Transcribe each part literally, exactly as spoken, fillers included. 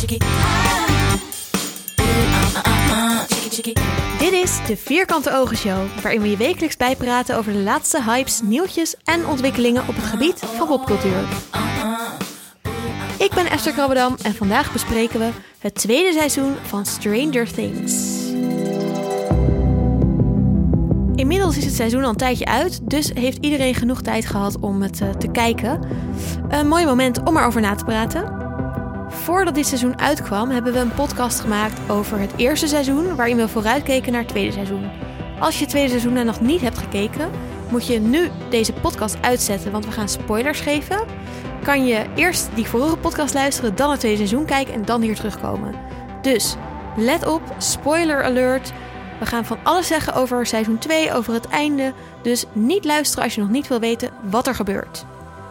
Dit is de Vierkante Ogen Show, waarin we je wekelijks bijpraten over de laatste hypes, nieuwtjes en ontwikkelingen op het gebied van popcultuur. Ik ben Esther Krabbedam en vandaag bespreken we het tweede seizoen van Stranger Things. Inmiddels is het seizoen al een tijdje uit, dus heeft iedereen genoeg tijd gehad om het uh, te kijken. Een mooi moment om erover na te praten. Voordat dit seizoen uitkwam, hebben we een podcast gemaakt over het eerste seizoen, waarin we vooruitkeken naar het tweede seizoen. Als je het tweede seizoen nou nog niet hebt gekeken, moet je nu deze podcast uitzetten, want we gaan spoilers geven. Kan je eerst die vorige podcast luisteren, dan het tweede seizoen kijken en dan hier terugkomen. Dus let op, spoiler alert. We gaan van alles zeggen over seizoen twee, over het einde. Dus niet luisteren als je nog niet wil weten wat er gebeurt.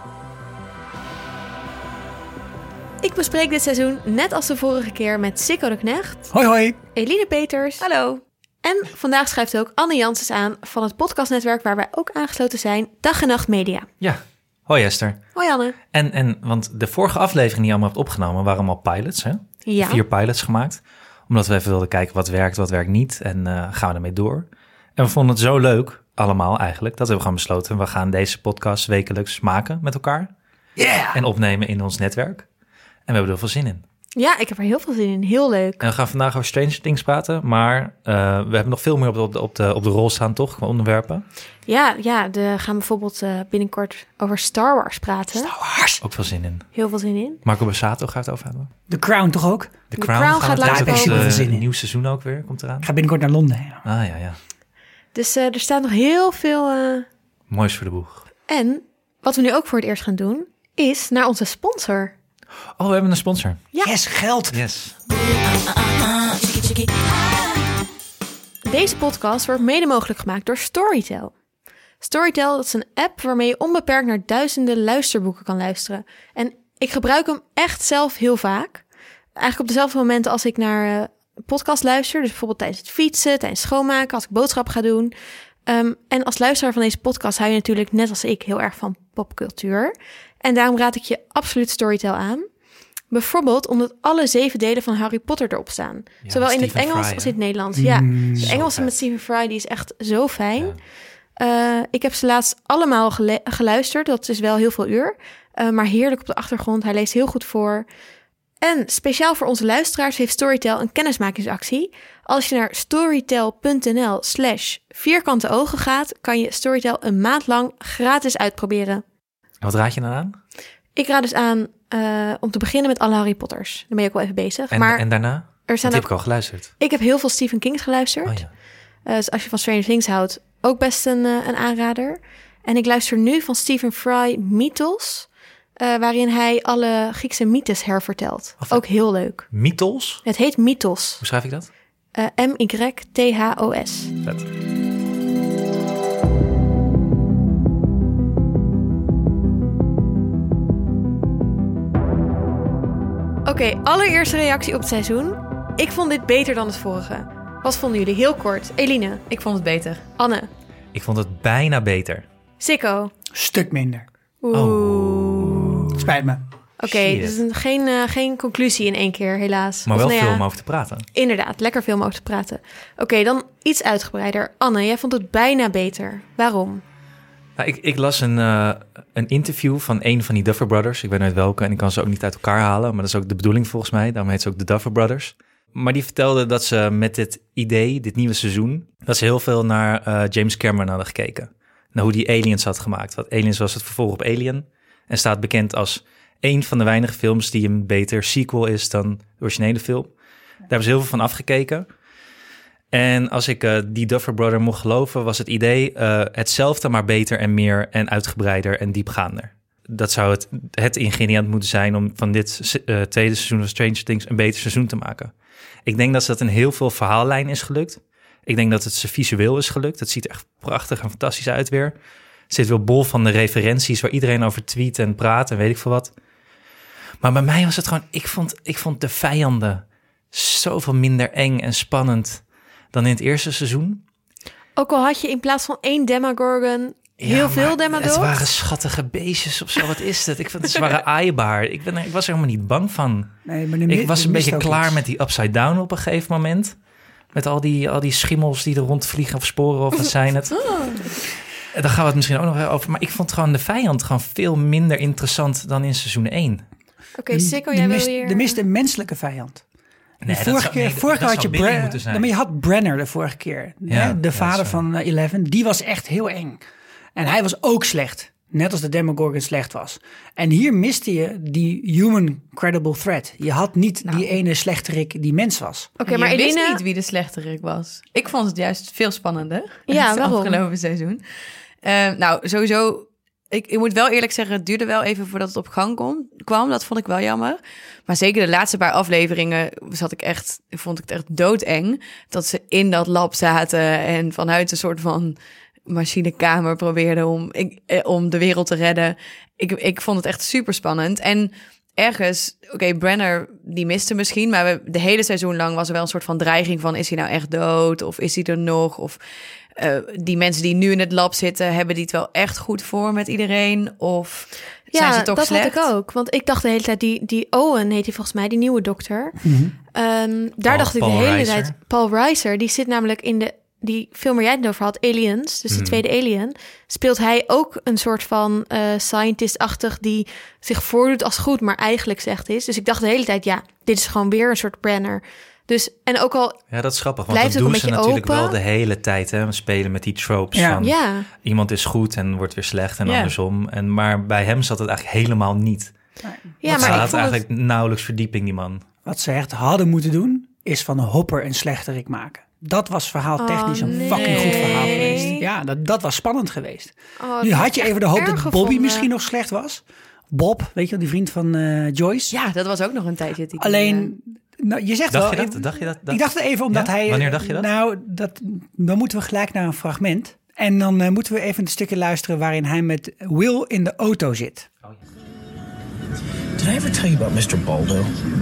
Ik bespreek dit seizoen net als de vorige keer met Sikko de Knecht. Hoi hoi. Eline Peters. Hallo. En vandaag schuift ook Anne Janssens aan van het podcastnetwerk waar wij ook aangesloten zijn, Dag en Nacht Media. Ja, hoi Esther. Hoi Anne. En, en want de vorige aflevering die je allemaal hebt opgenomen waren allemaal pilots, hè? Ja. Vier pilots gemaakt. Omdat we even wilden kijken wat werkt, wat werkt niet. En uh, gaan we ermee door. En we vonden het zo leuk, allemaal eigenlijk, dat we gewoon besloten, we gaan deze podcast wekelijks maken met elkaar. Yeah. En opnemen in ons netwerk. En we hebben er veel zin in. Ja, ik heb er heel veel zin in. Heel leuk. En we gaan vandaag over Stranger Things praten. Maar uh, we hebben nog veel meer op de, op de, op de, op de rol staan, toch? Qua onderwerpen. Ja, ja, we gaan bijvoorbeeld uh, binnenkort over Star Wars praten. Star Wars. Ook veel zin in. Heel veel zin in. Marco Borsato gaat het over hebben. The Crown toch ook? The Crown gaat gaan we later het over. komen. Het Zin in. uh, nieuw seizoen ook weer, komt eraan. Ik ga binnenkort naar Londen. Ja. Ah ja, ja. Dus uh, er staat nog heel veel... Uh... Moois voor de boeg. En wat we nu ook voor het eerst gaan doen, is naar onze sponsor. Oh, we hebben een sponsor. Ja. Yes, geld. Yes. Deze podcast wordt mede mogelijk gemaakt door Storytel. Storytel, dat is een app waarmee je onbeperkt naar duizenden luisterboeken kan luisteren. En ik gebruik hem echt zelf heel vaak. Eigenlijk op dezelfde momenten als ik naar uh, podcast luister. Dus bijvoorbeeld tijdens het fietsen, tijdens schoonmaken, als ik boodschappen ga doen. Um, en als luisteraar van deze podcast hou je natuurlijk net als ik heel erg van popcultuur. En daarom raad ik je absoluut Storytel aan. Bijvoorbeeld omdat alle zeven delen van Harry Potter erop staan. Ja, Zowel in het Stephen Engels Fry, als hè? in het Nederlands. Ja, Mm, de zo Engelse vet. met Stephen Fry, die is echt zo fijn. Ja. Uh, ik heb ze laatst allemaal gele- geluisterd. Dat is wel heel veel uur. Uh, maar heerlijk op de achtergrond. Hij leest heel goed voor. En speciaal voor onze luisteraars heeft Storytel een kennismakingsactie. Als je naar storytel.nl slash vierkante ogen gaat, kan je Storytel een maand lang gratis uitproberen. En wat raad je dan aan? Ik raad dus aan uh, om te beginnen met alle Harry Potters. Dan ben je ook wel even bezig. En, maar en daarna? er Dat zijn heb ook, ik al geluisterd. ik heb heel veel Stephen King geluisterd. Oh ja. Uh, dus als je van Stranger Things houdt, ook best een, uh, een aanrader. En ik luister nu van Stephen Fry Mythos, uh, waarin hij alle Griekse mythes hervertelt. Wat Ook heel leuk. Mythos? Het heet Mythos. Hoe schrijf ik dat? Uh, M Y T H O S. Vet. Oké, okay, allereerste reactie op het seizoen. Ik vond dit beter dan het vorige. Wat vonden jullie? Heel kort. Eline. Ik vond het beter. Anne. Ik vond het bijna beter. Sikko. Stuk minder. Oeh. Oh. Spijt me. Oké, okay, dus een, geen, uh, geen conclusie in één keer, helaas. Maar Of, wel nou veel ja, om over te praten. Inderdaad, lekker veel om over te praten. Oké, okay, dan iets uitgebreider. Anne, jij vond het bijna beter. Waarom? Nou, ik, ik las een, uh, een interview van een van die Duffer Brothers. Ik weet nooit welke en ik kan ze ook niet uit elkaar halen. Maar dat is ook de bedoeling volgens mij. Daarom heet ze ook de Duffer Brothers. Maar die vertelde dat ze met dit idee, dit nieuwe seizoen, dat ze heel veel naar uh, James Cameron hadden gekeken. Naar hoe die Aliens had gemaakt. Want Aliens was het vervolg op Alien. En staat bekend als een van de weinige films die een beter sequel is dan de originele film. Daar hebben ze heel veel van afgekeken. En als ik uh, die Duffer Brother mocht geloven, was het idee uh, hetzelfde, maar beter en meer en uitgebreider en diepgaander. Dat zou het, het ingrediënt moeten zijn om van dit uh, tweede seizoen van Stranger Things een beter seizoen te maken. Ik denk dat dat in heel veel verhaallijn is gelukt. Ik denk dat het ze visueel is gelukt. Het ziet er echt prachtig en fantastisch uit weer. Het zit wel bol van de referenties waar iedereen over tweet en praat en weet ik veel wat. Maar bij mij was het gewoon, ik vond, ik vond de vijanden zoveel minder eng en spannend dan in het eerste seizoen. Ook al had je in plaats van één Demogorgon heel Ja, veel maar Demodogs? Het waren schattige beestjes of zo. Wat is het? Ik vind het, ze waren aaibaar. Ik, ben, ik was er helemaal niet bang van. Nee, maar de mi- Ik was de een mist beetje ook klaar iets. met die upside down op een gegeven moment. Met al die, al die schimmels die er rondvliegen of sporen of wat zijn het. Daar gaan we het misschien ook nog over. Maar ik vond gewoon de vijand gewoon veel minder interessant dan in seizoen één. Oké, De- Sikko, de jij wil mist, weer... De mist een menselijke vijand. Nee, de vorige keer, vorige had je Bren- moeten zijn. Nee, maar je had Brenner de vorige keer. Ja, hè? De ja, vader zo. van uh, Eleven. Die was echt heel eng. En hij was ook slecht. Net als de Demogorgon slecht was. En hier miste je die human credible threat. Je had niet Nou. die ene slechterik die mens was. Oké, Je maar wist Eline... niet wie de slechterik was. Ik vond het juist veel spannender. Ja, het waarom? afgelopen seizoen. Uh, nou, sowieso... Ik, ik moet wel eerlijk zeggen, het duurde wel even voordat het op gang kom, kwam. Dat vond ik wel jammer. Maar zeker de laatste paar afleveringen zat ik echt, vond ik het echt doodeng. Dat ze in dat lab zaten en vanuit een soort van machinekamer probeerden om, ik, eh, om de wereld te redden. Ik, ik vond het echt super spannend. En ergens, oké, okay, Brenner, die miste misschien, maar we, de hele seizoen lang was er wel een soort van dreiging van, is hij nou echt dood? Of is hij er nog? Of uh, die mensen die nu in het lab zitten, hebben die het wel echt goed voor met iedereen? Of zijn Ja, ze toch dat slecht? had ik ook. Want ik dacht de hele tijd, die, die Owen heet hij volgens mij, die nieuwe dokter. Mm-hmm. Um, daar Paul- dacht ik de Paul hele Reiser. tijd... Paul Reiser, die zit namelijk in de... Die film waar jij het over had, Aliens, dus de Hmm. tweede Alien... speelt hij ook een soort van uh, scientist-achtig... die zich voordoet als goed, maar eigenlijk slecht is. Dus ik dacht de hele tijd, ja, dit is gewoon weer een soort Brenner. Dus, en ook al... Ja, dat is grappig, want Blijft dat ook doen een ze beetje natuurlijk open. wel de hele tijd. Hè? We spelen met die tropes Ja. van Ja, iemand is goed en wordt weer slecht en Ja. andersom. En, maar bij hem zat het eigenlijk helemaal niet. ja Want maar ze ik had vond het... eigenlijk nauwelijks verdieping, die man. Wat ze echt hadden moeten doen, is van Hopper een slechterik maken. Dat was verhaaltechnisch Oh, een nee. fucking goed verhaal geweest. Ja, dat, dat was spannend geweest. Oh, Nu dat had je heb ik even de echt hoop dat erg Bobby gevonden. misschien nog slecht was. Bob, weet je wel, die vriend van uh, Joyce. Ja, dat was ook nog een tijdje. Die Alleen, nou, je zegt Dacht wel... je dat? Dacht je dat? dat? Ik dacht het even omdat Ja? hij... Wanneer dacht je dat? Nou, dat, dan moeten we gelijk naar een fragment. En dan uh, moeten we even een stukje luisteren waarin hij met Will in de auto zit. Did I ever tell you about mister Baldo?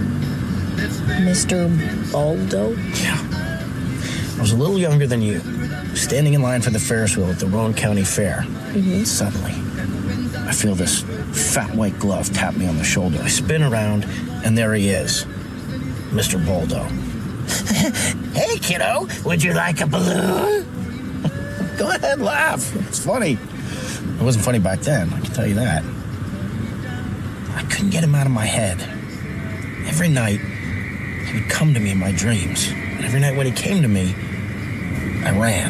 mister Baldo? Yeah. I was a little younger than you, standing in line for the Ferris wheel at the Rowan County Fair. Mm-hmm. Suddenly, I feel this fat white glove tap me on the shoulder. I spin around, and there he is, mister Baldo. Hey, kiddo, would you like a balloon? Go ahead, laugh. It's funny. It wasn't funny back then, I can tell you that. I couldn't get him out of my head. Every night, he would come to me in my dreams. And every night when he came to me, I ran.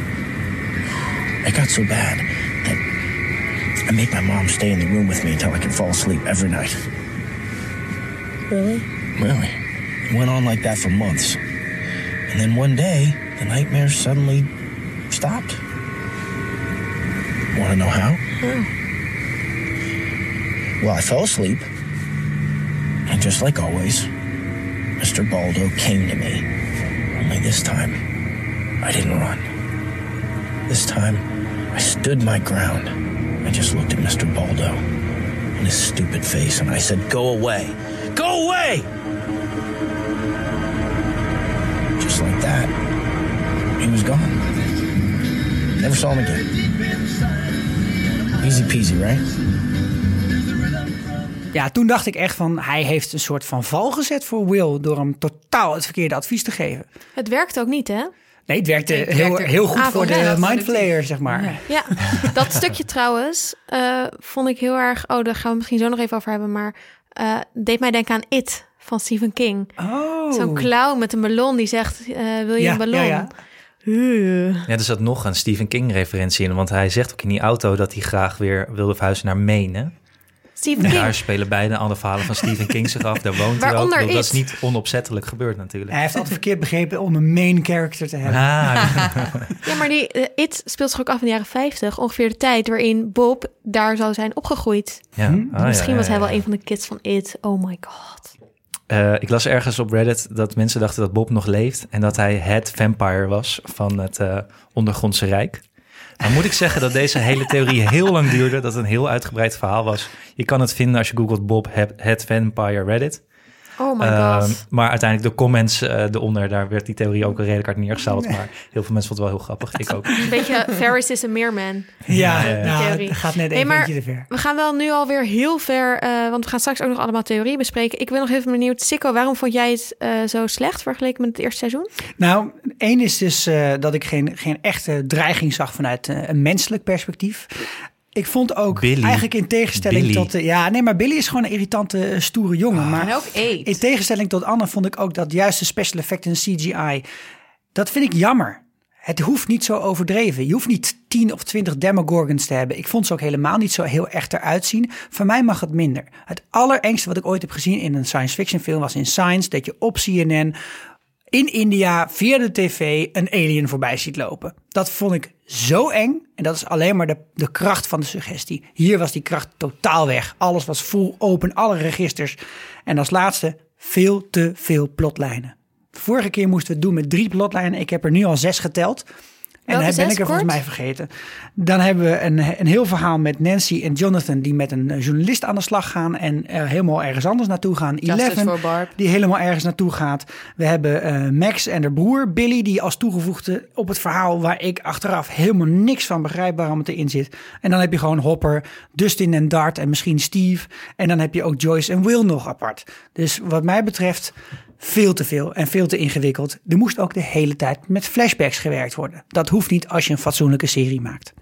It got so bad that I made my mom stay in the room with me until I could fall asleep every night. Really? Really? It went on like that for months. And then one day, the nightmares suddenly stopped. Want to know how? How? Well, I fell asleep. And just like always, mister Baldo came to me. Only this time, I didn't run. This time, I stood my ground. I just looked at mister Baldo and his stupid face, and I said, "Go away! Go away!" Just like that, he was gone. Never saw him again. Easy peasy, right? Ja, toen dacht ik echt van, hij heeft een soort van val gezet voor Will door hem totaal het verkeerde advies te geven. Het werkt ook niet, hè? Nee, het werkte, Nee, het heel, werkte heel goed Ah, voor ja, de absoluut. mindflayer, zeg maar. Ja. Ja, dat stukje trouwens uh, vond ik heel erg... Oh, daar gaan we misschien zo nog even over hebben. Maar uh, deed mij denken aan It van Stephen King. Oh. Zo'n clown met een ballon die zegt... Uh, wil je Ja, een ballon? ja, ja. Uh. Ja, er zat nog een Stephen King referentie in. Want hij zegt ook in die auto dat hij graag weer wilde verhuizen naar Maine. Stephen King. Daar spelen beide alle verhalen van Stephen King zich af. Daar woont hij ook. Waaronder Ik bedoel, Dat is It. niet onopzettelijk gebeurd natuurlijk. Hij heeft altijd verkeerd begrepen om een main character te hebben. Ah, Ja, maar die uh, It speelt zich ook af in de jaren vijftig. Ongeveer de tijd waarin Bob daar zou zijn opgegroeid. ja. Hm? Ah, Misschien ja, was hij ja, wel ja. een van de kids van It. Oh my god. Uh, ik las ergens op Reddit dat mensen dachten dat Bob nog leeft en dat hij het vampire was van het uh, ondergrondse rijk. Dan moet ik zeggen dat deze hele theorie heel lang duurde, dat het een heel uitgebreid verhaal was. Je kan het vinden als je googelt Bob het vampire Reddit. Oh my Uh, god. maar uiteindelijk de comments uh, eronder, daar werd die theorie ook redelijk hard neergesteld. Maar heel veel mensen vonden het wel heel grappig. Ik ook. Een beetje Ferris is een meerman. Ja, Ja, ja. nou, Theorie. het gaat net Hey, even maar- eentje te ver. We gaan wel nu alweer heel ver, uh, want we gaan straks ook nog allemaal theorieën bespreken. Ik ben nog even benieuwd, Sikko, waarom vond jij het uh, zo slecht vergeleken met het eerste seizoen? Nou, één is dus uh, dat ik geen, geen echte dreiging zag vanuit uh, een menselijk perspectief. Ik vond ook Billy. eigenlijk in tegenstelling Billy. tot... Uh, ja, nee, maar Billy is gewoon een irritante, uh, stoere jongen. Maar En ook eet. in tegenstelling tot Anne vond ik ook dat juist de special effects en C G I... dat vind ik jammer. Het hoeft niet zo overdreven. Je hoeft niet tien of twintig Demogorgons te hebben. Ik vond ze ook helemaal niet zo heel echt eruit zien. Voor mij mag het minder. Het allerengste wat ik ooit heb gezien in een science fiction film was in Science... dat je op C N N in India via de tv een alien voorbij ziet lopen. Dat vond ik zo eng. En dat is alleen maar de, de kracht van de suggestie. Hier was die kracht totaal weg. Alles was full open, alle registers. En als laatste veel te veel plotlijnen. Vorige keer moesten we het doen met drie plotlijnen. Ik heb er nu al zes geteld. En Welke dan ben zes, ik er volgens kort? mij vergeten. Dan hebben we een, een heel verhaal met Nancy en Jonathan... die met een journalist aan de slag gaan... en er helemaal ergens anders naartoe gaan. Justice Eleven, for Barb. die helemaal ergens naartoe gaat. We hebben uh, Max en haar broer Billy... die als toegevoegde op het verhaal... waar ik achteraf helemaal niks van begrijp... waarom het erin zit. En dan heb je gewoon Hopper, Dustin en Dart... en misschien Steve. En dan heb je ook Joyce en Will nog apart. Dus wat mij betreft... veel te veel en veel te ingewikkeld. Er moest ook de hele tijd met flashbacks gewerkt worden. Dat hoeft niet als je een fatsoenlijke serie maakt.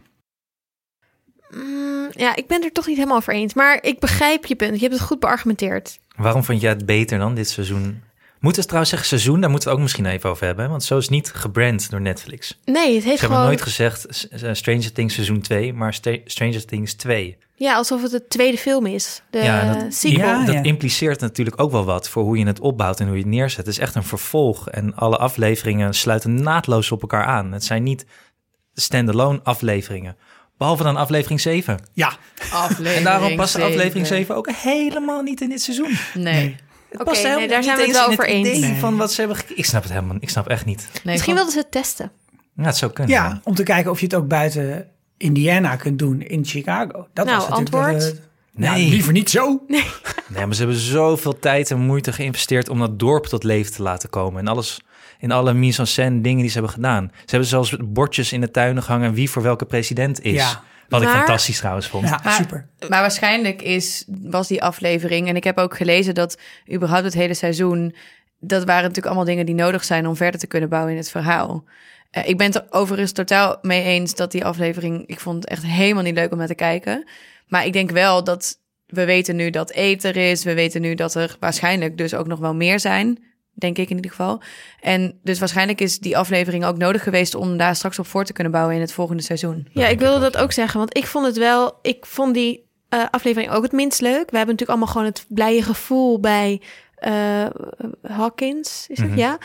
Mm, ja, ik ben er toch niet helemaal over eens. Maar ik begrijp je punt. Je hebt het goed beargumenteerd. Waarom vond jij het beter dan dit seizoen? Moeten we trouwens zeggen seizoen? Daar moeten we ook misschien even over hebben. Want zo is het niet gebrand door Netflix. Nee, het Ze heeft hebben gewoon... nooit gezegd uh, Stranger Things seizoen twee, maar Sta- Stranger Things twee. Ja, alsof het de tweede film is. De Ja, dat, sequel. Ja, dat ja. impliceert natuurlijk ook wel wat voor hoe je het opbouwt en hoe je het neerzet. Het is echt een vervolg en alle afleveringen sluiten naadloos op elkaar aan. Het zijn niet standalone afleveringen. Behalve dan aflevering zeven. Ja, Aflevering En daarom past zeven. aflevering zeven ook helemaal niet in dit seizoen. Nee. Het Oké, past nee, helemaal daar zijn niet we het eens wel in over eens. idee Nee. van wat ze hebben ge- Ik snap het helemaal Ik snap echt niet. nee Misschien gewoon- wilden ze het testen. Ja, het zou kunnen. ja, om te kijken of je het ook buiten Indiana kunt doen in Chicago. Dat Nou, was natuurlijk antwoord? wel, uh, nou, Nee. liever niet zo. Nee, maar ze hebben zoveel tijd en moeite geïnvesteerd om dat dorp tot leven te laten komen. En alles in alle mise en scène dingen die ze hebben gedaan. Ze hebben zelfs bordjes in de tuinen gehangen wie voor welke president is. Ja. Wat ik Maar- fantastisch trouwens vond. Ja, Maar- super. Maar waarschijnlijk is, was die aflevering... en ik heb ook gelezen dat überhaupt het hele seizoen... dat waren natuurlijk allemaal dingen die nodig zijn... om verder te kunnen bouwen in het verhaal. Uh, ik ben het er overigens totaal mee eens dat die aflevering... ik vond het echt helemaal niet leuk om naar te kijken. Maar ik denk wel dat we weten nu dat Aether is. We weten nu dat er waarschijnlijk dus ook nog wel meer zijn... denk ik in ieder geval. En dus waarschijnlijk is die aflevering ook nodig geweest... om daar straks op voor te kunnen bouwen in het volgende seizoen. Ja, ik wilde dat ook zeggen. Want ik vond het wel... Ik vond die uh, aflevering ook het minst leuk. We hebben natuurlijk allemaal gewoon het blije gevoel bij uh, Hawkins. Is het? Mhm. Ja.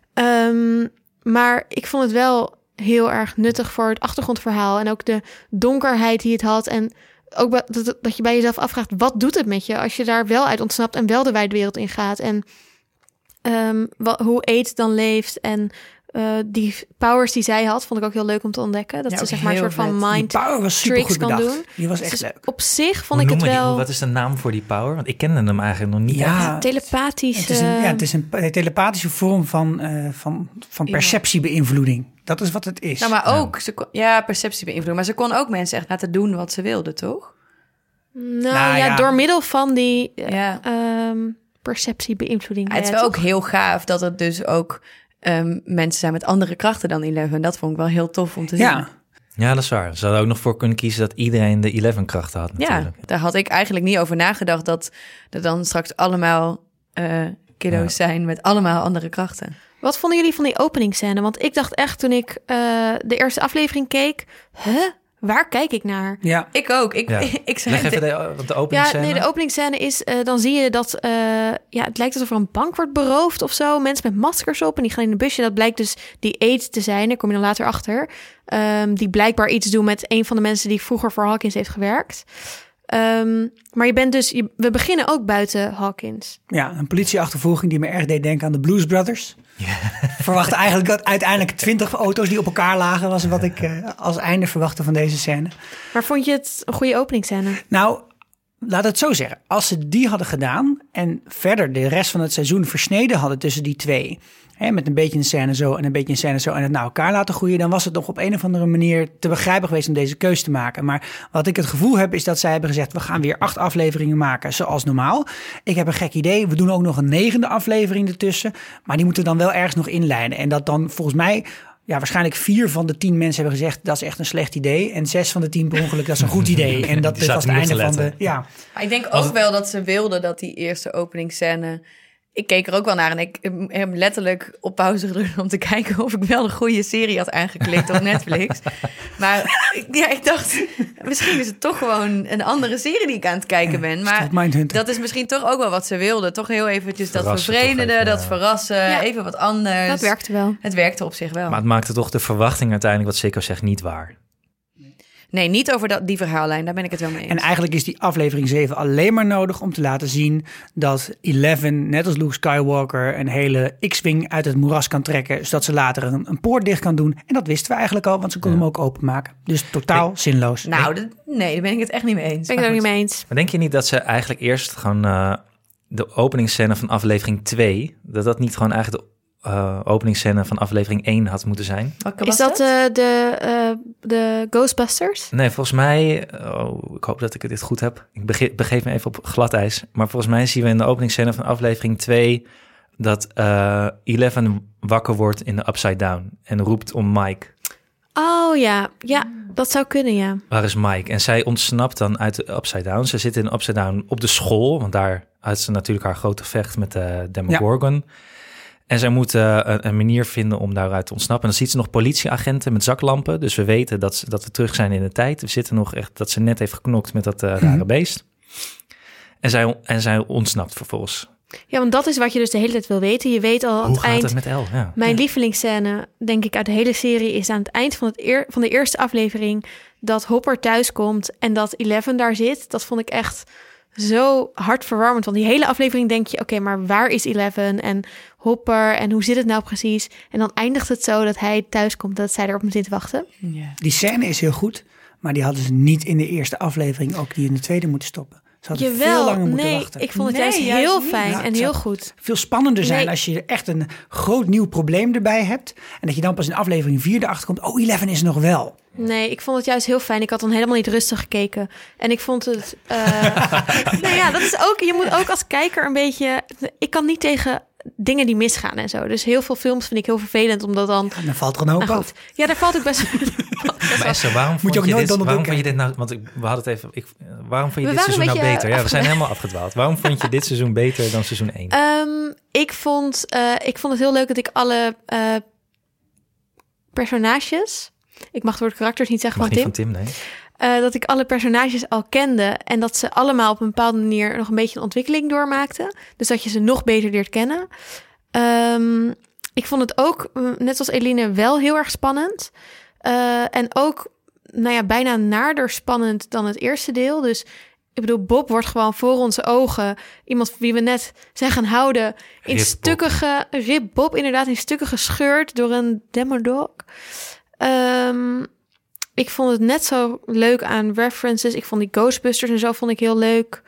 Um, maar ik vond het wel heel erg nuttig voor het achtergrondverhaal. En ook de donkerheid die het had. En ook ba- dat, dat je bij jezelf afvraagt... wat doet het met je als je daar wel uit ontsnapt... en wel de wijde wereld in gaat. En um, wat, hoe Aid dan leeft en... Uh, die powers die zij had, vond ik ook heel leuk om te ontdekken. Dat Ja, ze ook zeg maar een heel soort van vet. Die mind power was super tricks goed kan bedacht. doen. Die was echt Dus leuk. op zich vond Hoe ik het noemen die- wel hoe- wat is de naam voor die power? Want ik kende hem eigenlijk nog niet. Ja, echt. telepathisch. Het is een, uh, ja, het is een een telepathische vorm van, uh, van, van perceptiebeïnvloeding. Dat is wat het is. Nou, maar ook, ze kon, ja, perceptie beïnvloeden. Maar ze kon ook mensen echt laten doen wat ze wilden, toch? nou, Nou, ja, ja. door middel van die uh, Ja. um, perceptiebeïnvloeding. Ja, het is ja, wel ook toch? heel gaaf dat het dus ook um, mensen zijn met andere krachten dan Eleven. Dat vond ik wel heel tof om te zien. ja, Ja, dat is waar. Ze hadden ook nog voor kunnen kiezen dat iedereen de elf krachten had Ja, natuurlijk. daar had ik eigenlijk niet over nagedacht... dat er dan straks allemaal uh, kiddo's Ja. zijn met allemaal andere krachten. Wat vonden jullie van die openingsscène? Want ik dacht echt toen ik uh, de eerste aflevering keek... Huh? Waar kijk ik naar? ja. Ik ook. Ik, Ja. ik zei Leg even de- de, de opening Ja, nee, de openingsscène is... Uh, dan zie je dat... Uh, ja, het lijkt alsof er een bank wordt beroofd of zo. Mensen met maskers op en die gaan in een busje. Dat blijkt dus die Aid te zijn. Daar kom je dan later achter. Um, die blijkbaar iets doen met een van de mensen... die vroeger voor Hawkins heeft gewerkt. Um, maar je bent dus... Je, we beginnen ook buiten Hawkins. Ja, een politieachtervolging die me erg deed denken aan de Blues Brothers. Verwachtte eigenlijk dat uiteindelijk twintig auto's die op elkaar lagen... was wat ik uh, als einde verwachtte van deze scène. Maar vond je het een goede openingsscène? Nou, laat het zo zeggen. Als ze die hadden gedaan en verder de rest van het seizoen versneden hadden tussen die twee... Hè, met een beetje een scène zo en een beetje een scène zo... en het naar elkaar laten groeien... dan was het nog op een of andere manier te begrijpen geweest... om deze keuze te maken. Maar wat ik het gevoel heb, is dat zij hebben gezegd... we gaan weer acht afleveringen maken zoals normaal. Ik heb een gek idee. We doen ook nog een negende aflevering ertussen. Maar die moeten we dan wel ergens nog inleiden. En dat dan volgens mij... Ja, waarschijnlijk vier van de tien mensen hebben gezegd... dat is echt een slecht idee. En zes van de tien per ongeluk, dat is een goed idee. En dat is was het einde van de... Ja. Maar ik denk ook wel dat ze wilden dat die eerste openingsscène... Ik keek er ook wel naar en ik heb letterlijk op pauze gedrukt... om te kijken of ik wel een goede serie had aangeklikt op Netflix. Maar ja, ik dacht, misschien is het toch gewoon een andere serie die ik aan het kijken ben. Maar dat is misschien toch ook wel wat ze wilden. Toch heel eventjes dat vervreemden, ja. dat verrassen, ja. even wat anders. Dat werkte wel. Het werkte op zich wel. Maar het maakte toch de verwachting uiteindelijk, wat Seco zegt, niet waar. Nee, niet over dat, die verhaallijn, daar ben ik het wel mee eens. En eigenlijk is die aflevering zeven alleen maar nodig om te laten zien dat Eleven, net als Luke Skywalker, een hele X-Wing uit het moeras kan trekken, zodat ze later een, een poort dicht kan doen. En dat wisten we eigenlijk al, want ze konden ja. hem ook openmaken. Dus totaal ik, zinloos. Nou, dat, nee, daar ben ik het echt niet mee eens. Ben ik het ook niet mee eens. Maar denk je niet dat ze eigenlijk eerst gewoon uh, de openingsscène van aflevering twee, dat dat niet gewoon eigenlijk de Uh, openingsscène van aflevering één had moeten zijn? Is dat uh, de, uh, de Ghostbusters? Nee, volgens mij... Oh, ik hoop dat ik dit goed heb. Ik bege- begeef me even op glad ijs. Maar volgens mij zien we in de openingsscène van aflevering twee... dat uh, Eleven wakker wordt in de Upside Down... en roept om Mike. Oh ja, ja, dat zou kunnen, ja. Waar is Mike? En zij ontsnapt dan uit de Upside Down. Ze zit in de Upside Down op de school... want daar had ze natuurlijk haar grote vecht met de Demogorgon... Ja. En zij moeten uh, een, een manier vinden om daaruit te ontsnappen. En dan ziet ze nog politieagenten met zaklampen. Dus we weten dat, ze, dat we terug zijn in de tijd. We zitten nog echt dat ze net heeft geknokt met dat uh, rare mm-hmm. beest. En zij, en zij ontsnapt vervolgens. Ja, want dat is wat je dus de hele tijd wil weten. Je weet al aan Hoe het gaat eind... het met Elle? Ja. Mijn ja. lievelingsscène, denk ik, uit de hele serie... is aan het eind van, het eer, van de eerste aflevering... dat Hopper thuis komt en dat Eleven daar zit. Dat vond ik echt... zo hartverwarmend, want die hele aflevering denk je... oké, okay, maar waar is Eleven en Hopper en hoe zit het nou precies? En dan eindigt het zo dat hij thuis komt... dat zij erop hem zit te wachten. Yeah. Die scène is heel goed, maar die hadden ze niet in de eerste aflevering... ook die in de tweede moeten stoppen. Ze hadden Jawel, veel langer moeten nee, wachten. ik vond het nee, juist juist heel niet. fijn ja, en heel goed. Veel spannender zijn nee. als je echt een groot nieuw probleem erbij hebt... en dat je dan pas in aflevering vier erachter komt... oh, Eleven is er nog wel. Nee, ik vond het juist heel fijn. Ik had dan helemaal niet rustig gekeken. En ik vond het... Uh... nou ja, dat is ook... Je moet ook als kijker een beetje... Ik kan niet tegen dingen die misgaan en zo. Dus heel veel films vind ik heel vervelend, omdat dan... Ja, dan valt er een hoop nou, af. Ja, daar valt ik best... Maar Esther, waarom vond je, je, dit, waarom vond je dit nou... Want ik, we hadden het even... Ik, waarom vond je we dit seizoen nou beter? Ja, we zijn helemaal afgedwaald. Waarom vond je dit seizoen beter dan seizoen één? Um, ik, vond, uh, ik vond het heel leuk dat ik alle uh, personages... Ik mag het woord karakters niet zeggen mag van Tim. Niet van Tim, nee. Uh, dat ik alle personages al kende en dat ze allemaal op een bepaalde manier nog een beetje een ontwikkeling doormaakten. Dus dat je ze nog beter leert kennen. Um, ik vond het ook, net als Eline, wel heel erg spannend. Uh, en ook, nou ja, bijna naarder spannend dan het eerste deel. Dus ik bedoel, Bob wordt gewoon voor onze ogen iemand wie we net zijn gaan houden in Rip stukken, ge, Rip Bob inderdaad, in stukken gescheurd door een Demodog. Um, ik vond het net zo leuk aan references. Ik vond die Ghostbusters en zo vond ik heel leuk.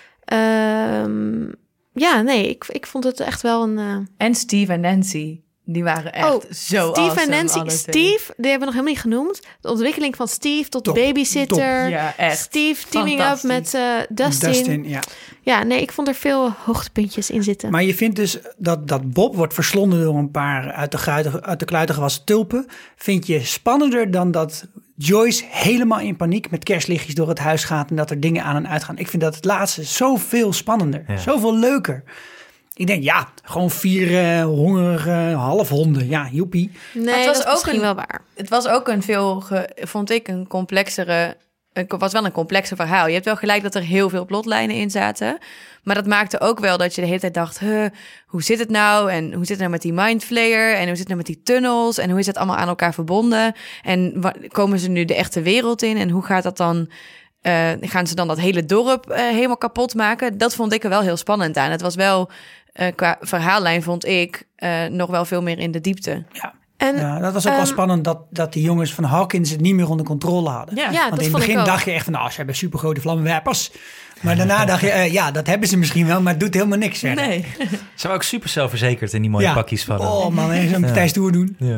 Um, ja, nee, ik, ik vond het echt wel een... Uh... En Steve en Nancy, die waren echt oh, zo Steve awesome, en Nancy. Steve, die hebben we nog helemaal niet genoemd. De ontwikkeling van Steve tot top, babysitter. Top. Ja, echt. Steve teaming up met uh, Dustin. Dustin, ja. Ja, nee, ik vond er veel hoogtepuntjes in zitten. Maar je vindt dus dat, dat Bob wordt verslonden door een paar uit de, gruitige, uit de kluiten gewassen tulpen. Vind je spannender dan dat Joyce helemaal in paniek met kerstlichtjes door het huis gaat en dat er dingen aan en uit gaan? Ik vind dat het laatste zoveel spannender, ja. Zoveel leuker. Ik denk, ja, gewoon vier uh, hongerige halfhonden. Ja, joepie. Nee, het was dat is ook misschien een, wel waar. Het was ook een veel, ge, vond ik, een complexere... Het was wel een complexer verhaal. Je hebt wel gelijk dat er heel veel plotlijnen in zaten. Maar dat maakte ook wel dat je de hele tijd dacht... Huh, hoe zit het nou? En hoe zit het nou met die mindflayer? En hoe zit het nou met die tunnels? En hoe is het allemaal aan elkaar verbonden? En komen ze nu de echte wereld in? En hoe gaat dat dan... Uh, gaan ze dan dat hele dorp uh, helemaal kapot maken? Dat vond ik er wel heel spannend aan. Het was wel, uh, qua verhaallijn vond ik... Uh, nog wel veel meer in de diepte. Ja. En, Ja, dat was ook wel Ehm, spannend dat, dat die jongens van Hawkins het niet meer onder controle hadden. Ja. ja, Want dat in het vond ik begin ook. dacht je echt van, nou, ze hebben supergrote vlammenwerpers. Maar daarna dacht je, eh, ja, dat hebben ze misschien wel, maar het doet helemaal niks verder. Nee. Ze waren ook super zelfverzekerd in die mooie Ja. pakjes van hem. Oh man, even zo'n partij stoer doen. Ja.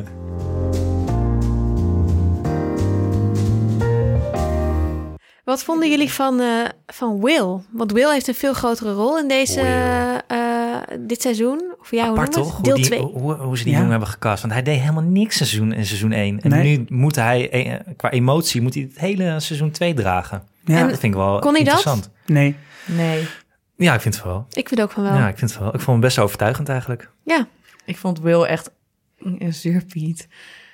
Wat vonden jullie van, eh, van Will? Want Will heeft een veel grotere rol in deze, eh, dit seizoen. Of ja, hoe Apart noemen we toch? het? Hoe, Deel die, twee. hoe, hoe ze die Ja. jongen hebben gecast. Want hij deed helemaal niks seizoen in seizoen één. En Nee. nu moet hij, eh, qua emotie, moet hij het hele seizoen twee dragen. Ja, En- Dat vind ik wel kon hij dat? interessant. nee. Nee. Ja, ik vind het wel. Ik vind ook van wel. Ja, ik vind het wel. Ik vond hem best overtuigend eigenlijk. Ja. Ik vond Will echt een zuurpiet.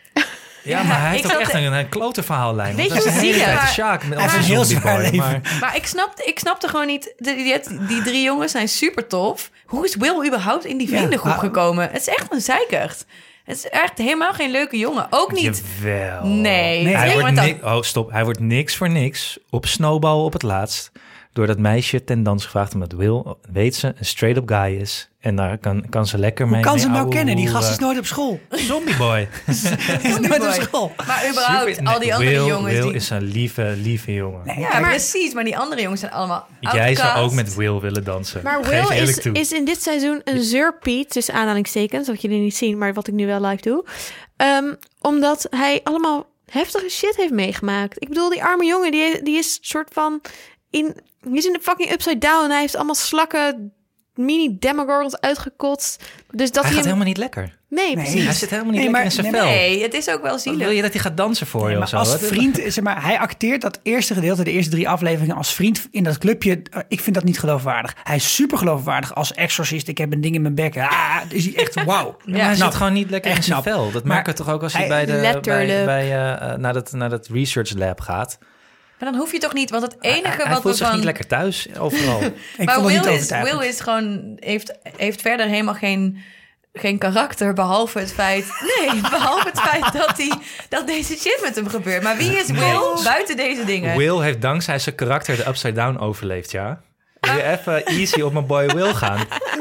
Ja, maar hij heeft ik ook zat- echt een, een klote verhaallijn. Weet Want je dat is hoe de hele zielig? tijd de Sjaak met Hij heeft onze een heel zombie zwaar boy, leven. maar- Maar ik snapte, ik snapte gewoon niet... Die, die, die drie jongens zijn super tof. Hoe is Will überhaupt in die Ja, vriendengroep maar- gekomen? Het is echt een zeikert. Het is echt helemaal geen leuke jongen. Ook niet. Jawel. Nee. Nee, Hij Zeker wordt met ni- oh, stop. Hij wordt niks voor niks op Snowball op het laatst door dat meisje ten dans gevraagd, omdat Will, weet ze, een straight-up guy is. En daar kan, kan ze lekker mee. Hoe kan ze hem mee nou kennen? Die gast is ouwehoeren. nooit op school. Zombie boy. Is nooit op school. Maar überhaupt, Super- al die andere Will, jongens... Will die, is een lieve, lieve jongen. ja, precies. Maar die andere jongens zijn allemaal Jij zou outcast. ook met Will willen dansen. Maar Geef Will eerlijk is, toe. is in dit seizoen een zeurpiet, tussen aanhalingstekens, wat jullie niet zien, maar wat ik nu wel live doe. Ehm, omdat hij allemaal heftige shit heeft meegemaakt. Ik bedoel, die arme jongen, die, die is soort van in, die is in de fucking upside down. Hij heeft allemaal slakken, mini demogorgons uitgekotst. Dus dat Hij hij, gaat hem- helemaal niet lekker. Nee, Nee. precies. Hij zit helemaal niet Nee, lekker maar- in zijn nee, vel. Nee, het is ook wel Wat zielig. wil je dat hij gaat dansen voor je Nee, of maar zo? als Wat- vriend, zeg maar, hij acteert dat eerste gedeelte, de eerste drie afleveringen als vriend in dat clubje. Uh, Ik vind dat niet geloofwaardig. Hij is super geloofwaardig als exorcist. Ik heb een ding in mijn bek. Ah, is hij echt wauw. Ja, maar hij Knap. zit gewoon niet lekker in Echt zijn knap. vel. Dat Maar merk je toch ook als je hij- bij de, bij, Letterlijk. bij, eh, eh, naar, dat, naar dat research lab gaat. Maar dan hoef je toch niet... Want het Hij, enige hij wat voelt we zich van... niet lekker thuis overal. Ik maar vond het niet Will is, overtuigend. Will is gewoon... Heeft, heeft verder helemaal geen... Geen karakter, behalve het feit... Nee, behalve het feit dat, hij, dat deze shit met hem gebeurt. Maar wie is Will buiten deze dingen? Will heeft dankzij zijn karakter de Upside Down overleefd, ja? Wil je even easy op mijn boy Will gaan?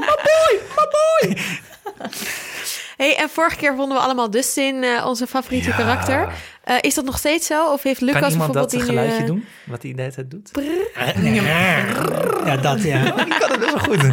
Hey, en vorige keer vonden we allemaal Dustin uh, onze favoriete Ja. karakter. Uh, is dat nog steeds zo? Of heeft Lucas Kan iemand bijvoorbeeld dat die nu, geluidje uh, doen? Wat hij de hele tijd doet? Ja, dat ja. Die kan het best wel goed.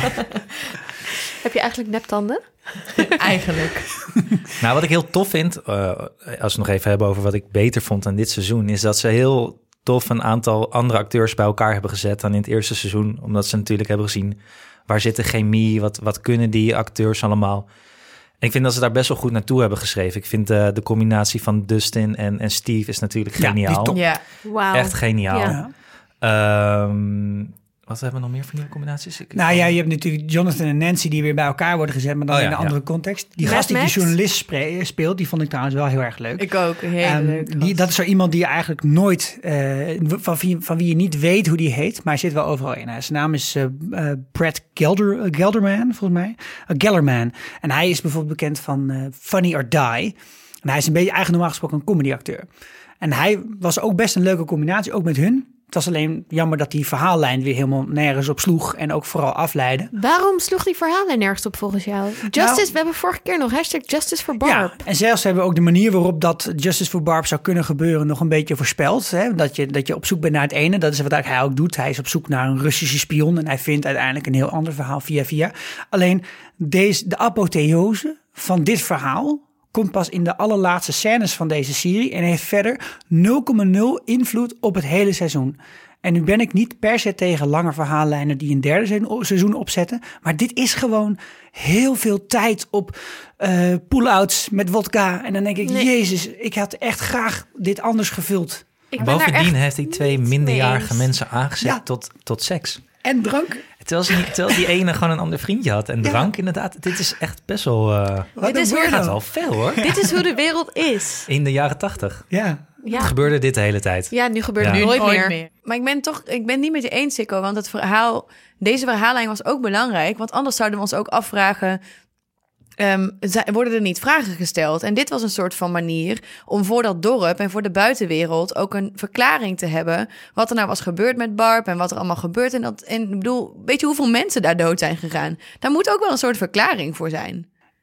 Heb je eigenlijk neptanden? Eigenlijk. Nou, wat ik heel tof vind, uh, als we het nog even hebben over wat ik beter vond aan dit seizoen, is dat ze heel tof een aantal andere acteurs bij elkaar hebben gezet dan in het eerste seizoen. Omdat ze natuurlijk hebben gezien, waar zit de chemie, wat, wat kunnen die acteurs allemaal. En ik vind dat ze daar best wel goed naartoe hebben geschreven. Ik vind uh, de combinatie van Dustin en, en Steve is natuurlijk Ja, die is geniaal. top. Ja. Wauw. Echt geniaal. Ja. Ja. Ehm, wat hebben we nog meer voor nieuwe combinaties? Ik, Nou ja, je hebt natuurlijk Jonathan en Nancy die weer bij elkaar worden gezet, maar dan Oh ja, in een ja. andere context. Die Mad gast die de Max? journalist spre- speelt, die vond ik trouwens wel heel erg leuk. Ik ook. Heel Ehm, leuk. die, dat is zo iemand die je eigenlijk nooit, eh, van, wie, van wie je niet weet hoe die heet, maar hij zit wel overal in. Zijn naam is uh, uh, Brad Gelder, uh, Gelderman, volgens mij. Uh, Gellerman. En hij is bijvoorbeeld bekend van uh, Funny or Die. En hij is een beetje eigenlijk normaal gesproken een comedyacteur. En hij was ook best een leuke combinatie, ook met hun. Het was alleen jammer dat die verhaallijn weer helemaal nergens op sloeg en ook vooral afleidde. Waarom sloeg die verhalen nergens op volgens jou? Justice, Nou- we hebben vorige keer nog hashtag Justice for Barb. Ja, en zelfs hebben we ook de manier waarop dat Justice for Barb zou kunnen gebeuren nog een beetje voorspeld. Hè? Dat, je, dat je op zoek bent naar het ene. Dat is wat hij ook doet. Hij is op zoek naar een Russische spion en hij vindt uiteindelijk een heel ander verhaal via via. Alleen deze, de apotheose van dit verhaal komt pas in de allerlaatste scènes van deze serie en heeft verder nul komma nul invloed op het hele seizoen. En nu ben ik niet per se tegen lange verhaallijnen die een derde seizoen- seizoen opzetten. Maar dit is gewoon heel veel tijd op uh, pull-outs met wodka. En dan denk ik, Nee. jezus, ik had echt graag dit anders gevuld. Ik ben daar Bovendien echt heeft hij twee niet minderjarige mee eens. mensen aangezet Ja. tot, tot seks. En drank. Terwijl, ze niet, terwijl die ene gewoon een ander vriendje had. En drank inderdaad. Dit is echt best wel... Uh, Wat Dit een is hoe weirdo. gaat wel veel hoor. Dit is hoe de wereld is. In de jaren tachtig Ja. Ja, gebeurde dit de hele tijd. ja nu gebeurt Ja. het Nu nooit, meer. Maar ik ben toch, ik ben niet met je eens, Sikko, want het verhaal, deze verhaallijn was ook belangrijk, want anders zouden we ons ook afvragen, um, worden er niet vragen gesteld? En dit was een soort van manier om voor dat dorp en voor de buitenwereld ook een verklaring te hebben wat er nou was gebeurd met Barb en wat er allemaal gebeurt. En dat, en ik bedoel, weet je hoeveel mensen daar dood zijn gegaan? Daar moet ook wel een soort verklaring voor zijn.